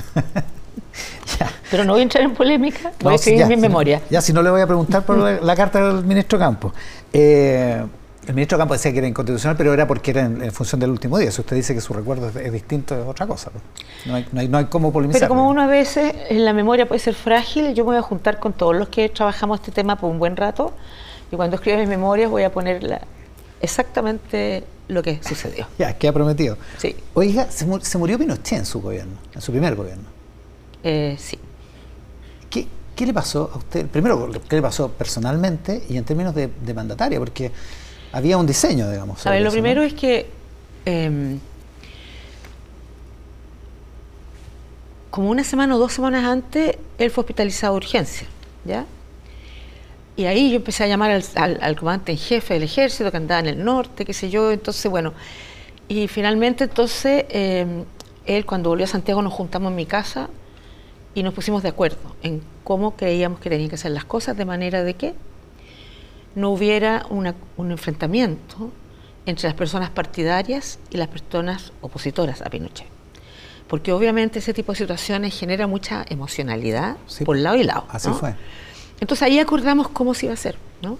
Pero no voy a entrar en polémica, voy a escribir mi memoria. Ya, si no le voy a preguntar por la carta del ministro Campos. El ministro Campo decía que era inconstitucional, pero era porque era en función del último día. Si usted dice que su recuerdo es distinto, es otra cosa. No hay cómo polemizar. Pero como uno a veces, en la memoria puede ser frágil, yo me voy a juntar con todos los que trabajamos este tema por un buen rato, y cuando escriba mis memorias voy a poner exactamente lo que sucedió. Ya, queda prometido. Sí. Oiga, se murió Pinochet en su gobierno, en su primer gobierno. Sí. ¿Qué le pasó a usted? Primero, ¿qué le pasó personalmente y en términos de mandataria? Porque había un diseño, digamos. A ver, lo eso, primero, ¿no? es que como una semana o 2 semanas antes, él fue hospitalizado a urgencia, ¿ya? Y ahí yo empecé a llamar al comandante en jefe del ejército, que andaba en el norte, qué sé yo. Entonces, bueno, y finalmente, entonces, él cuando volvió a Santiago nos juntamos en mi casa y nos pusimos de acuerdo en cómo creíamos que tenían que hacer las cosas, de manera de que no hubiera un enfrentamiento entre las personas partidarias y las personas opositoras a Pinochet. Porque obviamente ese tipo de situaciones genera mucha emocionalidad, sí, por lado y lado. Así, ¿no? Fue. Entonces ahí acordamos cómo se iba a hacer, ¿no?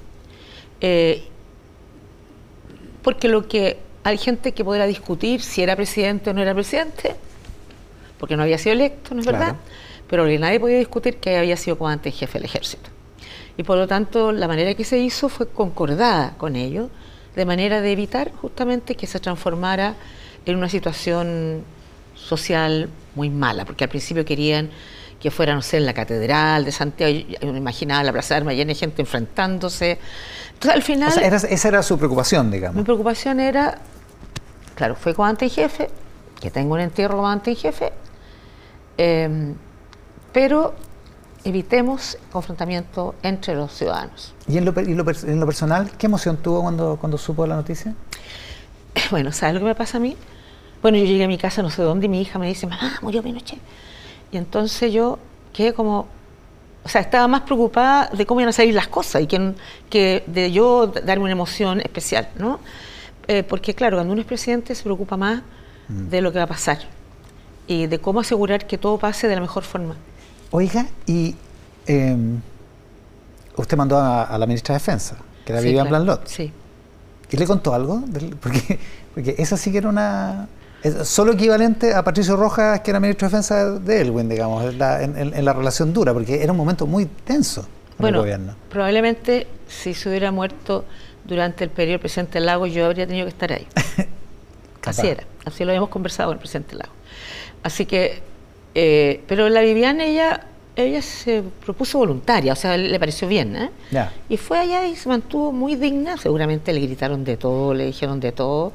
Porque lo que hay gente que podrá discutir si era presidente o no era presidente, porque no había sido electo, ¿no es verdad? Pero lo que nadie podía discutir que había sido comandante en jefe del ejército. Y por lo tanto, la manera que se hizo fue concordada con ellos, de manera de evitar justamente que se transformara en una situación social muy mala, porque al principio querían que fuera, no sé, en la Catedral de Santiago, yo me imaginaba la Plaza de Armas llena de gente enfrentándose. Entonces, al final... O sea, esa era su preocupación, digamos. Mi preocupación era, claro, fue comandante en jefe, que tengo un entierro comandante en jefe, pero evitemos confrontamiento entre los ciudadanos. ¿Y en lo personal, qué emoción tuvo cuando supo la noticia? Bueno, ¿sabes lo que me pasa a mí? Bueno, yo llegué a mi casa, no sé dónde, y mi hija me dice, mamá, murió Pinochet. Y entonces yo quedé como, o sea, estaba más preocupada de cómo iban a salir las cosas y que de yo darme una emoción especial, ¿no? Porque claro, cuando uno es presidente se preocupa más de lo que va a pasar y de cómo asegurar que todo pase de la mejor forma. Oiga, y usted mandó a la ministra de Defensa, que era Vivian Blanlot. Sí. ¿Y le contó algo? Porque esa sí que era solo equivalente a Patricio Rojas, que era ministro de Defensa de Elwin, digamos, en la relación dura, porque era un momento muy tenso en el gobierno. Probablemente si se hubiera muerto durante el periodo del presidente Lagos, yo habría tenido que estar ahí. Así era, así lo habíamos conversado con el presidente Lagos. Así que, pero la Vivian, ella se propuso voluntaria, o sea, le pareció bien, ¿eh? Yeah. Y fue allá y se mantuvo muy digna. Seguramente le gritaron de todo, le dijeron de todo,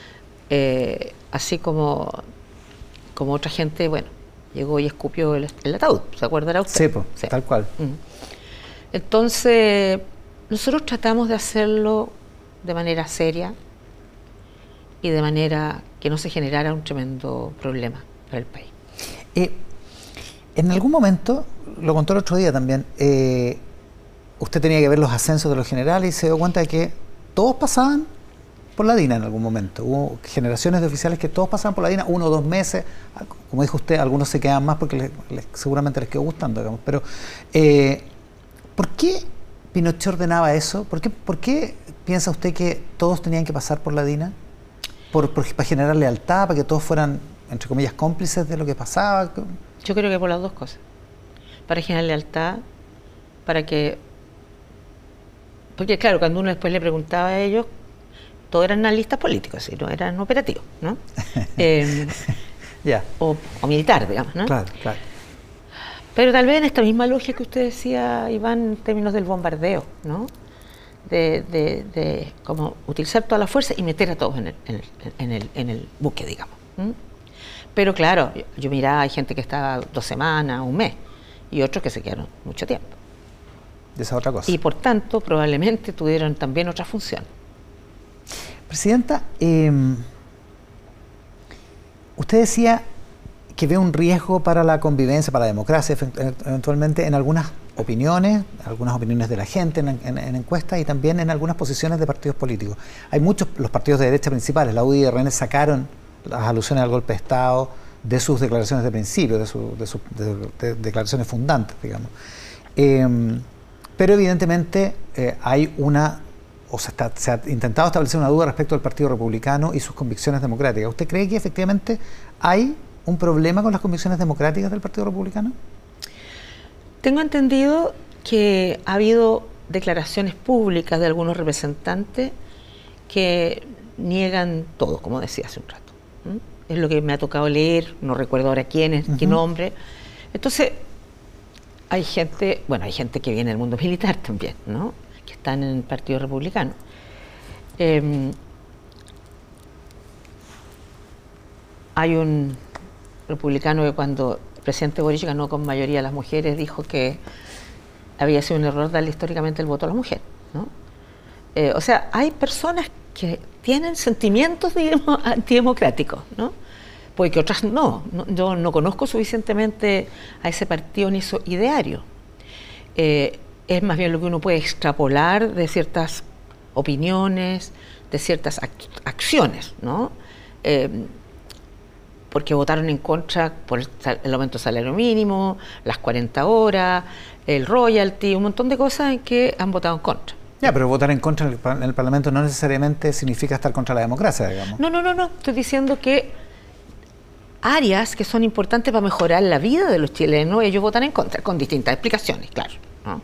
así como otra gente, bueno, llegó y escupió el ataúd, ¿se acordará usted? Sí, pues, sí, tal cual. Entonces, nosotros tratamos de hacerlo de manera seria y de manera que no se generara un tremendo problema para el país. En algún momento, lo contó el otro día también, usted tenía que ver los ascensos de los generales y se dio cuenta de que todos pasaban por la DINA en algún momento. Hubo generaciones de oficiales que todos pasaban por la DINA 1 o 2 meses. Como dijo usted, algunos se quedan más porque seguramente les quedó gustando, digamos. Pero, ¿por qué Pinochet ordenaba eso? ¿Por qué piensa usted que todos tenían que pasar por la DINA? ¿Para generar lealtad, para que todos fueran, entre comillas, cómplices de lo que pasaba? Yo creo que por las dos cosas. Para generar lealtad, porque claro, cuando uno después le preguntaba a ellos, todos eran analistas políticos, no eran operativos, ¿no? Yeah. o militar, digamos, ¿no? Claro. Pero tal vez en esta misma lógica que usted decía, Iván, en términos del bombardeo, ¿no? De como utilizar toda la fuerza y meter a todos en el buque, digamos. Pero claro, yo miraba, hay gente que estaba 2 semanas, 1 mes, y otros que se quedaron mucho tiempo. Esa es otra cosa. Y por tanto, probablemente tuvieron también otra función. Presidenta, usted decía que ve un riesgo para la convivencia, para la democracia, eventualmente en algunas opiniones de la gente, en encuestas y también en algunas posiciones de partidos políticos. Hay muchos, los partidos de derecha principales, la UDI y RN, sacaron las alusiones al golpe de Estado de sus declaraciones de principio, de sus declaraciones fundantes, digamos. Pero evidentemente hay una o se ha intentado establecer una duda respecto al Partido Republicano y sus convicciones democráticas. ¿Usted cree que efectivamente hay un problema con las convicciones democráticas del Partido Republicano? Tengo entendido que ha habido declaraciones públicas de algunos representantes que niegan todo, como decía hace un rato. Es lo que me ha tocado leer, no recuerdo ahora quién es, qué nombre. Entonces, hay gente que viene del mundo militar también, ¿no?, que están en el Partido Republicano. Hay un republicano que cuando el presidente Boric ganó con mayoría a las mujeres dijo que había sido un error darle históricamente el voto a las mujeres, ¿no? O sea, hay personas que tienen sentimientos, digamos, antidemocráticos, ¿no? Porque otras no. Yo no conozco suficientemente a ese partido ni su ideario. Es más bien lo que uno puede extrapolar de ciertas opiniones, de ciertas acciones, ¿no? Porque votaron en contra por el aumento del salario mínimo, las 40 horas, el royalty, un montón de cosas en que han votado en contra. Ya, pero votar en contra en el Parlamento no necesariamente significa estar contra la democracia, digamos. No. Estoy diciendo que áreas que son importantes para mejorar la vida de los chilenos, ellos votan en contra, con distintas explicaciones, claro, ¿no?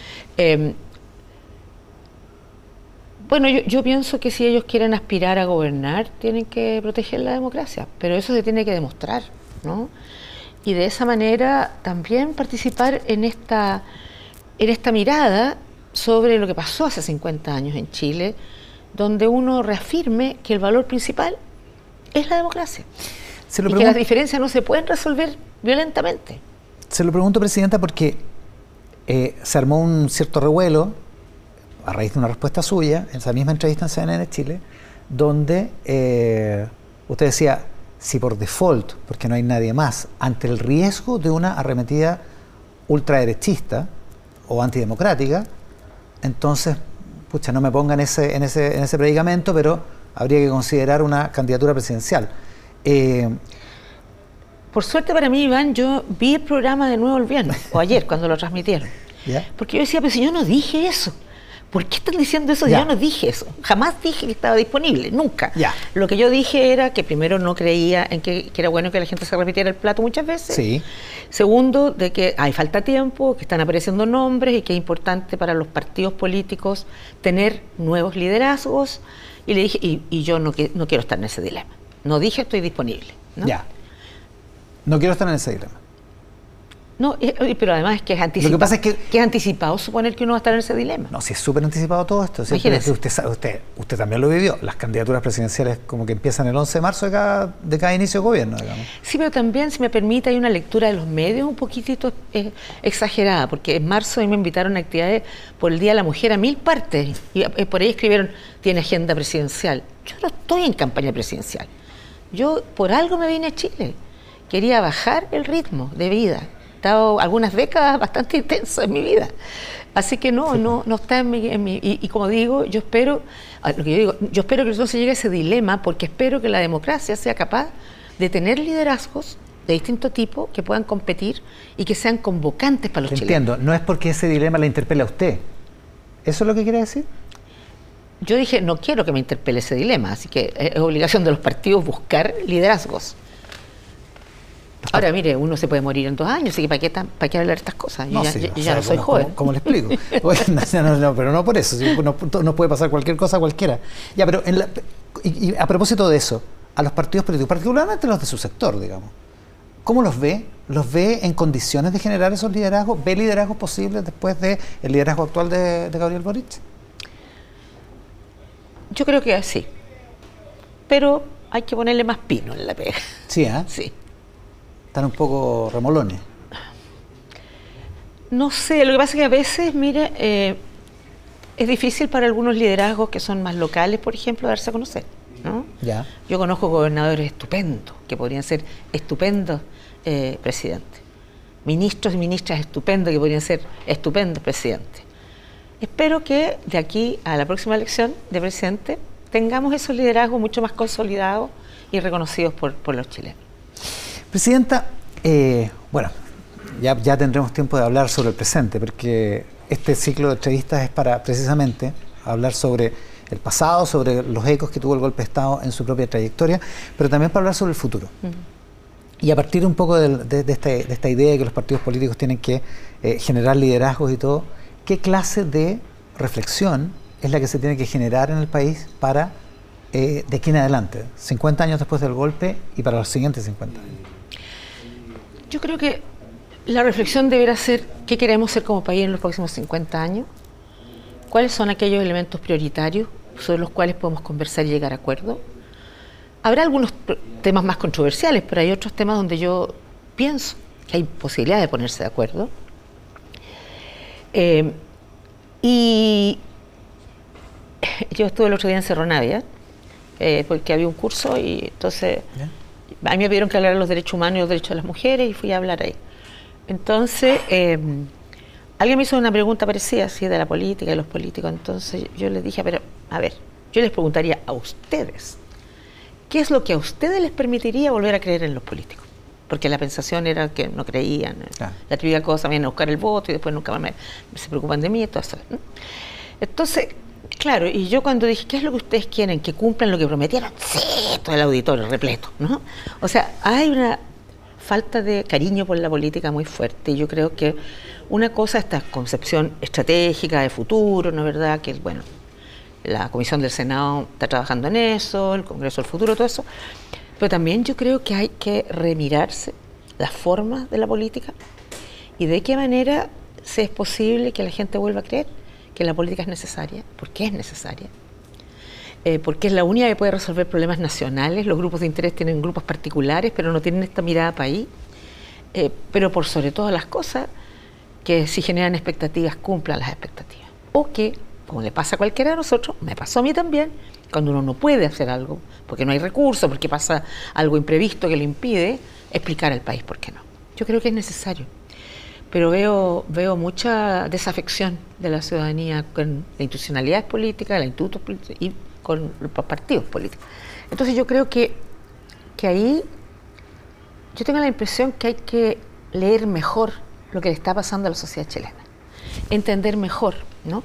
Bueno, yo pienso que si ellos quieren aspirar a gobernar, tienen que proteger la democracia, pero eso se tiene que demostrar, ¿no? Y de esa manera también participar en esta mirada sobre lo que pasó hace 50 años en Chile, donde uno reafirme que el valor principal es la democracia. Y que las diferencias no se pueden resolver violentamente. Se lo pregunto, Presidenta, porque se armó un cierto revuelo a raíz de una respuesta suya en esa misma entrevista en CNN Chile, donde usted decía, si por default, porque no hay nadie más, ante el riesgo de una arremetida ultraderechista o antidemocrática, entonces, pucha, no me ponga en ese predicamento, pero habría que considerar una candidatura presidencial. Por suerte para mí, Iván, yo vi el programa de nuevo el viernes, o ayer, cuando lo transmitieron. ¿Ya? Porque yo decía, pero si yo no dije eso. ¿Por qué están diciendo eso? Yo no dije eso. Jamás dije que estaba disponible, nunca. Ya. Lo que yo dije era que primero no creía en que era bueno que la gente se repitiera el plato muchas veces. Sí. Segundo, de que hay falta tiempo, que están apareciendo nombres y que es importante para los partidos políticos tener nuevos liderazgos. Y le dije, y yo no quiero estar en ese dilema. No dije estoy disponible, ¿no? Ya. No quiero estar en ese dilema. No, pero además es que es anticipado. Lo que pasa es que es anticipado suponer que uno va a estar en ese dilema. No, si es súper anticipado todo esto. ¿Sí? Usted también lo vivió. Las candidaturas presidenciales como que empiezan el 11 de marzo de cada inicio de gobierno, digamos. Sí, pero también, si me permite, hay una lectura de los medios un poquitito exagerada, porque en marzo me invitaron a actividades por el Día de la Mujer a 1000 partes, y por ahí escribieron, tiene agenda presidencial. Yo no estoy en campaña presidencial. Yo por algo me vine a Chile. Quería bajar el ritmo de vida. He estado algunas décadas bastante intensas en mi vida. Así que no está en mi y como digo, yo espero que no se llegue a ese dilema, porque espero que la democracia sea capaz de tener liderazgos de distinto tipo que puedan competir y que sean convocantes para los chilenos. Entiendo, no es porque ese dilema la interpele a usted. ¿Eso es lo que quiere decir? Yo dije, no quiero que me interpele ese dilema, así que es obligación de los partidos buscar liderazgos. Ahora, mire, uno se puede morir en 2 años, así que ¿para qué hablar de estas cosas? Yo ya no soy joven. ¿Cómo le explico? No, pero no por eso. No puede pasar cualquier cosa a cualquiera. Ya, pero y a propósito de eso, a los partidos políticos, particularmente los de su sector, digamos, ¿cómo los ve? ¿Los ve en condiciones de generar esos liderazgos? ¿Ve liderazgos posibles después del liderazgo actual de Gabriel Boric? Yo creo que sí. Pero hay que ponerle más pino en la pega. ¿Sí, Sí. Están un poco remolones. No sé, lo que pasa es que a veces, mire, es difícil para algunos liderazgos que son más locales, por ejemplo, darse a conocer, ¿no? Ya. Yo conozco gobernadores estupendos, que podrían ser estupendos presidentes. Ministros y ministras estupendos, que podrían ser estupendos presidentes. Espero que de aquí a la próxima elección de presidente tengamos esos liderazgos mucho más consolidados y reconocidos por los chilenos. Presidenta, bueno, ya tendremos tiempo de hablar sobre el presente, porque este ciclo de entrevistas es para precisamente hablar sobre el pasado, sobre los ecos que tuvo el golpe de Estado en su propia trayectoria, pero también para hablar sobre el futuro. Y a partir un poco de esta idea de que los partidos políticos tienen que generar liderazgos y todo, ¿qué clase de reflexión es la que se tiene que generar en el país para, de aquí en adelante, 50 años después del golpe y para los siguientes 50 años? Yo creo que la reflexión deberá ser qué queremos ser como país en los próximos 50 años, cuáles son aquellos elementos prioritarios sobre los cuales podemos conversar y llegar a acuerdos. Habrá algunos temas más controversiales, pero hay otros temas donde yo pienso que hay posibilidad de ponerse de acuerdo. Y yo estuve el otro día en Cerro Navia, porque había un curso y entonces a mí me pidieron que hablara de los derechos humanos y los derechos de las mujeres y fui a hablar ahí. Entonces, alguien me hizo una pregunta parecida, así de la política y los políticos. Entonces yo les dije, pero a ver, yo les preguntaría a ustedes, ¿qué es lo que a ustedes les permitiría volver a creer en los políticos? Porque la pensación era que no creían, la típica cosa, vienen a buscar el voto y después nunca más se preocupan de mí y todo eso. Entonces, claro, y yo cuando dije, ¿qué es lo que ustedes quieren? ¿Que cumplan lo que prometieron? Sí, todo el auditorio repleto, ¿no? O sea, hay una falta de cariño por la política muy fuerte y yo creo que una cosa es esta concepción estratégica de futuro, ¿no es verdad? Que, bueno, la Comisión del Senado está trabajando en eso, el Congreso del Futuro, todo eso. Pero también yo creo que hay que remirarse las formas de la política y de qué manera se es posible que la gente vuelva a creer que la política es necesaria, porque es necesaria, porque es la única que puede resolver problemas nacionales. Los grupos de interés tienen grupos particulares, pero no tienen esta mirada país. Pero por sobre todas las cosas, que si generan expectativas, cumplan las expectativas. O que, como le pasa a cualquiera de nosotros, me pasó a mí también, cuando uno no puede hacer algo, porque no hay recursos, porque pasa algo imprevisto que lo impide, explicar al país por qué no. Yo creo que es necesario, pero veo mucha desafección de la ciudadanía con la institucionalidad política, los institutos políticos y con los partidos políticos. Entonces yo creo que ahí yo tengo la impresión que hay que leer mejor lo que le está pasando a la sociedad chilena, entender mejor, ¿no?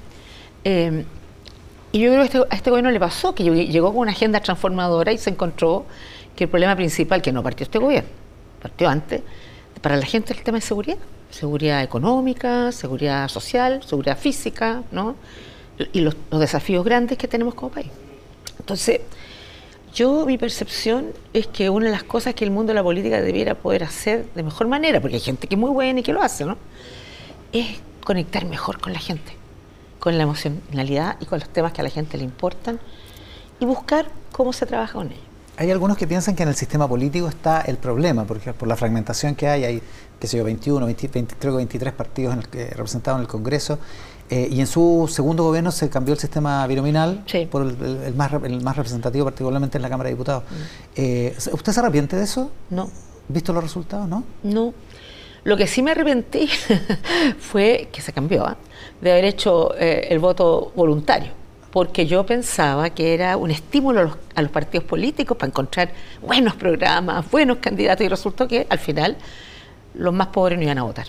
Y yo creo que a este gobierno le pasó, que llegó con una agenda transformadora y se encontró que el problema principal, que no partió este gobierno, partió antes, para la gente el tema de seguridad. Seguridad económica, seguridad social, seguridad física, ¿no? Y los desafíos grandes que tenemos como país. Entonces, mi percepción es que una de las cosas que el mundo de la política debiera poder hacer de mejor manera, porque hay gente que es muy buena y que lo hace, ¿no?, es conectar mejor con la gente, con la emocionalidad y con los temas que a la gente le importan y buscar cómo se trabaja con ellos. Hay algunos que piensan que en el sistema político está el problema, porque por la fragmentación que hay, qué sé yo, 21, 20, creo que 23 partidos representados en el Congreso, y en su segundo gobierno se cambió el sistema binominal por el más representativo, particularmente en la Cámara de Diputados. ¿Usted se arrepiente de eso? No. ¿Visto los resultados, no? No. Lo que sí me arrepentí fue que se cambió, de haber hecho el voto voluntario, porque yo pensaba que era un estímulo a los partidos políticos para encontrar buenos programas, buenos candidatos, y resultó que al final los más pobres no iban a votar.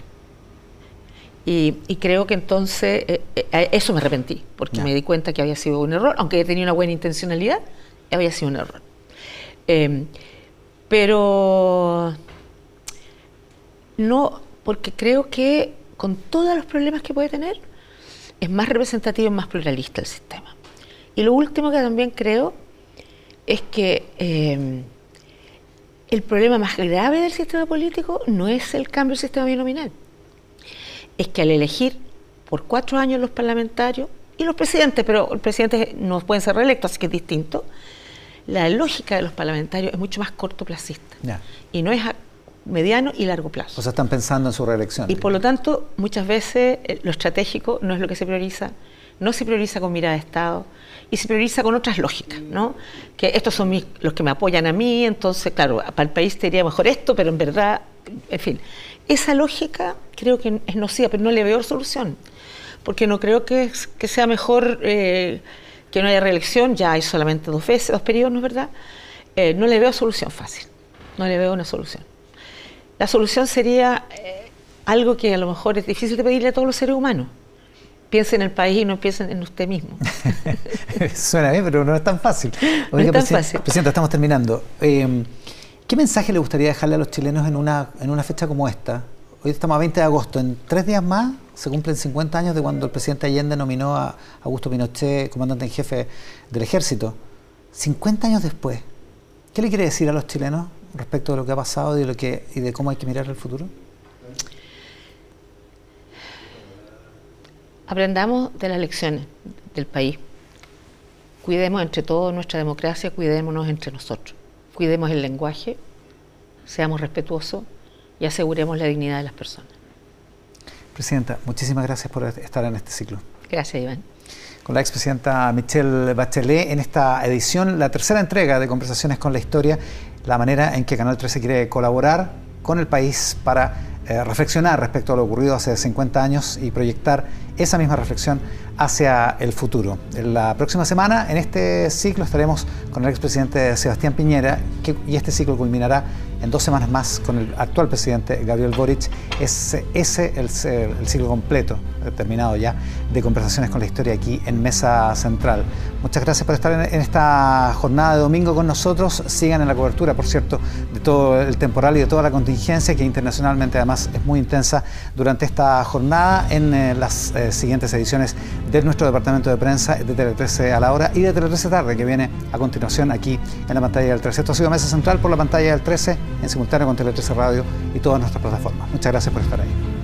Y creo que entonces eso me arrepentí, porque me di cuenta que había sido un error, aunque tenía una buena intencionalidad, había sido un error. Pero no, porque creo que con todos los problemas que puede tener, es más representativo y más pluralista el sistema. Y lo último que también creo es que el problema más grave del sistema político no es el cambio del sistema binominal. Es que al elegir por 4 años los parlamentarios y los presidentes, pero los presidentes no pueden ser reelectos, así que es distinto, la lógica de los parlamentarios es mucho más cortoplacista. Y no es a mediano y largo plazo. O sea, están pensando en su reelección. Y por lo tanto, muchas veces lo estratégico no es lo que se prioriza, no se prioriza con mirada de Estado y se prioriza con otras lógicas, ¿no? Que estos son los que me apoyan a mí, entonces, claro, para el país sería mejor esto, pero en verdad, en fin. Esa lógica creo que es nociva, pero no le veo solución, porque no creo que sea mejor que no haya reelección, ya hay solamente 2 periodos, ¿no es verdad? No le veo solución fácil, no le veo una solución. La solución sería algo que a lo mejor es difícil de pedirle a todos los seres humanos, piense en el país y no piense en usted mismo. Suena bien, pero no es tan fácil. No es tan fácil. Presidenta, estamos terminando. ¿Qué mensaje le gustaría dejarle a los chilenos en una fecha como esta? Hoy estamos a 20 de agosto. En 3 días más se cumplen 50 años de cuando el presidente Allende nominó a Augusto Pinochet comandante en jefe del ejército. 50 años después, ¿qué le quiere decir a los chilenos respecto de lo que ha pasado y de cómo hay que mirar el futuro? Aprendamos de las lecciones del país. Cuidemos entre todos nuestra democracia, cuidémonos entre nosotros. Cuidemos el lenguaje, seamos respetuosos y aseguremos la dignidad de las personas. Presidenta, muchísimas gracias por estar en este ciclo. Gracias, Iván. Con la expresidenta Michelle Bachelet en esta edición, la tercera entrega de Conversaciones con la Historia, la manera en que Canal 13 quiere colaborar con el país para reflexionar respecto a lo ocurrido hace 50 años y proyectar esa misma reflexión hacia el futuro. En la próxima semana, en este ciclo, estaremos con el expresidente Sebastián Piñera y este ciclo culminará en 2 semanas más con el actual presidente Gabriel Boric. Es el ciclo completo, terminado ya, de Conversaciones con la Historia aquí en Mesa Central. Muchas gracias por estar en esta jornada de domingo con nosotros. Sigan en la cobertura, por cierto, de todo el temporal y de toda la contingencia que internacionalmente además es muy intensa durante esta jornada en las siguientes ediciones de nuestro departamento de prensa de Tele 13 a la hora y de Tele 13 tarde, que viene a continuación aquí en la pantalla del 13. Esto ha sido Mesa Central por la pantalla del 13, en simultáneo con Tele 13 Radio y todas nuestras plataformas. Muchas gracias por estar ahí.